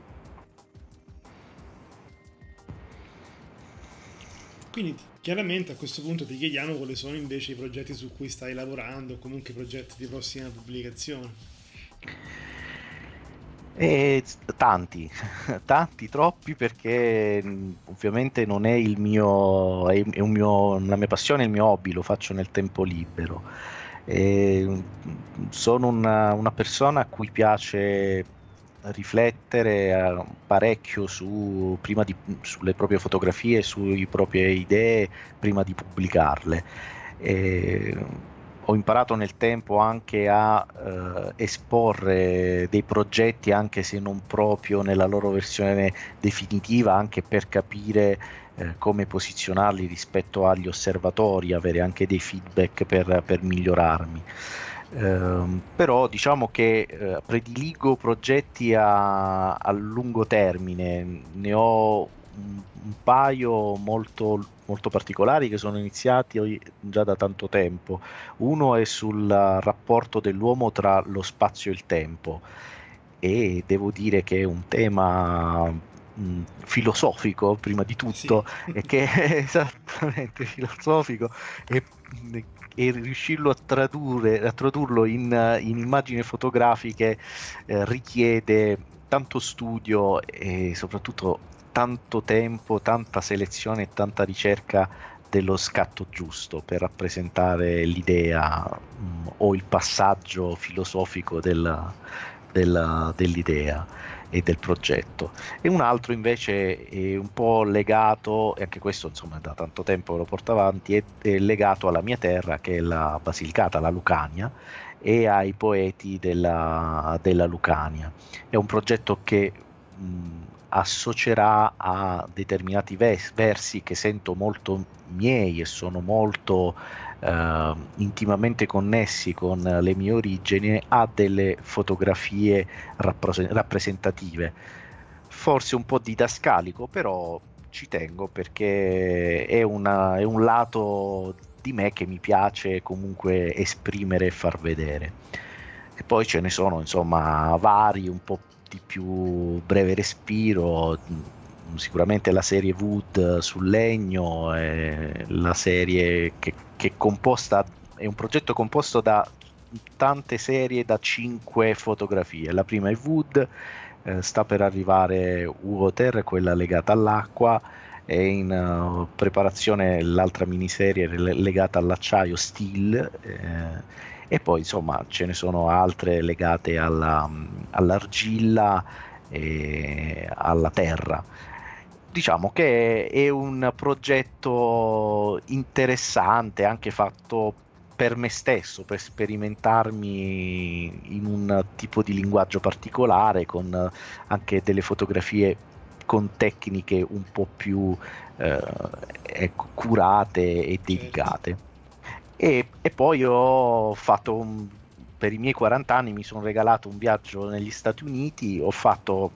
Quindi chiaramente a questo punto ti chiediamo quali sono invece i progetti su cui stai lavorando, o comunque i progetti di prossima pubblicazione. E tanti, tanti, troppi, perché ovviamente non è il mio, è un mio, la mia passione, il mio hobby, lo faccio nel tempo libero. E sono una, una persona a cui piace riflettere parecchio su, prima di, sulle proprie fotografie, sulle proprie idee prima di pubblicarle. E ho imparato nel tempo anche a eh, esporre dei progetti, anche se non proprio nella loro versione definitiva, anche per capire eh, come posizionarli rispetto agli osservatori, avere anche dei feedback per, per migliorarmi. Uh, però diciamo che uh, prediligo progetti a, a lungo termine, ne ho un, un paio molto, molto particolari che sono iniziati già da tanto tempo. Uno è sul rapporto dell'uomo tra lo spazio e il tempo, e devo dire che è un tema mh, filosofico prima di tutto, sì. E che è esattamente filosofico e e riuscirlo a tradurre, a tradurlo in, in immagini fotografiche eh, richiede tanto studio e soprattutto tanto tempo, tanta selezione e tanta ricerca dello scatto giusto per rappresentare l'idea mh, o il passaggio filosofico della, della, dell'idea e del progetto. E un altro invece è un po' legato, e anche questo insomma da tanto tempo che lo porto avanti, è, è legato alla mia terra, che è la Basilicata, la Lucania, e ai poeti della, della Lucania. È un progetto che mh, associerà a determinati vers- versi che sento molto miei e sono molto Uh, intimamente connessi con le mie origini, a delle fotografie rappres- rappresentative, forse un po' didascalico, però ci tengo perché è, una, è un lato di me che mi piace comunque esprimere e far vedere. E poi ce ne sono insomma vari, un po' di più breve respiro, sicuramente la serie Wood sul legno, eh, la serie che, che è composta, è un progetto composto da tante serie, da cinque fotografie. La prima è Wood, eh, sta per arrivare Water, quella legata all'acqua, è in uh, preparazione l'altra miniserie legata all'acciaio, Steel, eh, e poi insomma ce ne sono altre legate alla, all'argilla e alla terra. Diciamo che è un progetto interessante, anche fatto per me stesso, per sperimentarmi in un tipo di linguaggio particolare, con anche delle fotografie con tecniche un po' più eh, ecco, curate e dedicate. E, e poi ho fatto un, per i miei quaranta anni mi sono regalato un viaggio negli Stati Uniti, ho fatto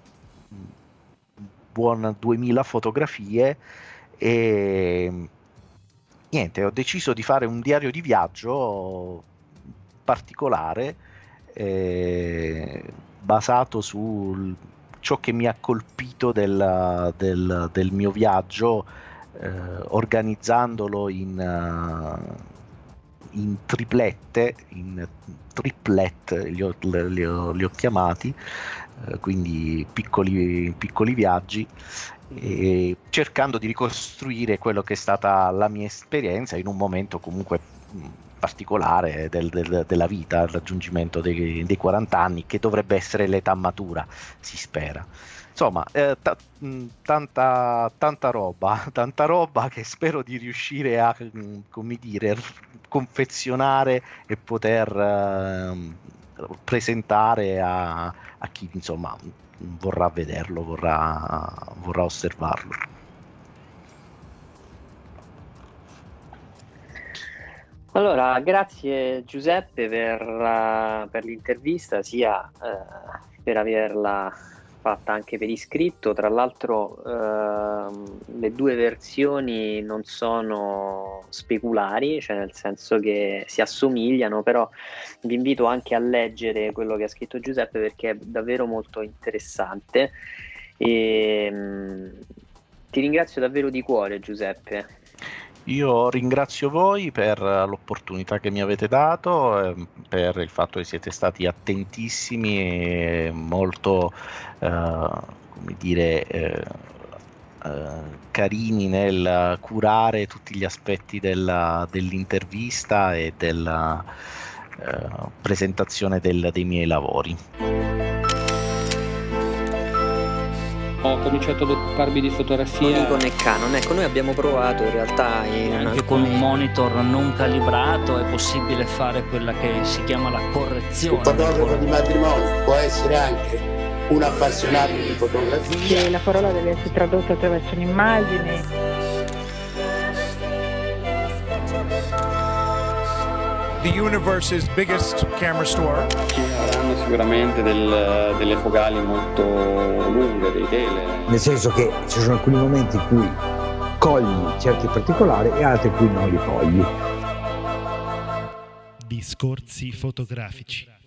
buon duemila fotografie e niente, ho deciso di fare un diario di viaggio particolare, eh, basato su ciò che mi ha colpito del, del, del mio viaggio, eh, organizzandolo in, uh, in triplette, in triplet li ho, li ho, li ho chiamati, eh, quindi piccoli, piccoli viaggi, e cercando di ricostruire quello che è stata la mia esperienza in un momento comunque particolare del, del, della vita, il raggiungimento dei, dei quaranta anni, che dovrebbe essere l'età matura, si spera. Insomma, eh, t- tanta, tanta roba, tanta roba che spero di riuscire a, come dire, confezionare e poter eh, presentare a, a chi, insomma, vorrà vederlo, vorrà, vorrà osservarlo. Allora, grazie Giuseppe per, uh, per l'intervista, sia uh, per averla fatta anche per iscritto. Tra l'altro uh, le due versioni non sono speculari, cioè nel senso che si assomigliano, però vi invito anche a leggere quello che ha scritto Giuseppe, perché è davvero molto interessante. E, um, ti ringrazio davvero di cuore, Giuseppe. Io ringrazio voi per l'opportunità che mi avete dato, eh, per il fatto che siete stati attentissimi e molto, eh, come dire, eh, eh, carini nel curare tutti gli aspetti della, dell'intervista e della eh, presentazione del, dei miei lavori. Ho cominciato ad occuparmi di fotografia. Nikon e Canon, ecco, noi abbiamo provato in realtà in anche alcuni... con un monitor non calibrato è possibile fare quella che si chiama la correzione. Un fotografo di matrimonio può essere anche un appassionato di fotografia. Che la parola deve essere tradotta attraverso un'immagine. The universe's biggest camera store. Ci avranno sicuramente del, delle focali molto lunghe, dei tele. Nel senso che ci sono alcuni momenti in cui cogli certi particolari e altri in cui non li cogli. Discorsi fotografici.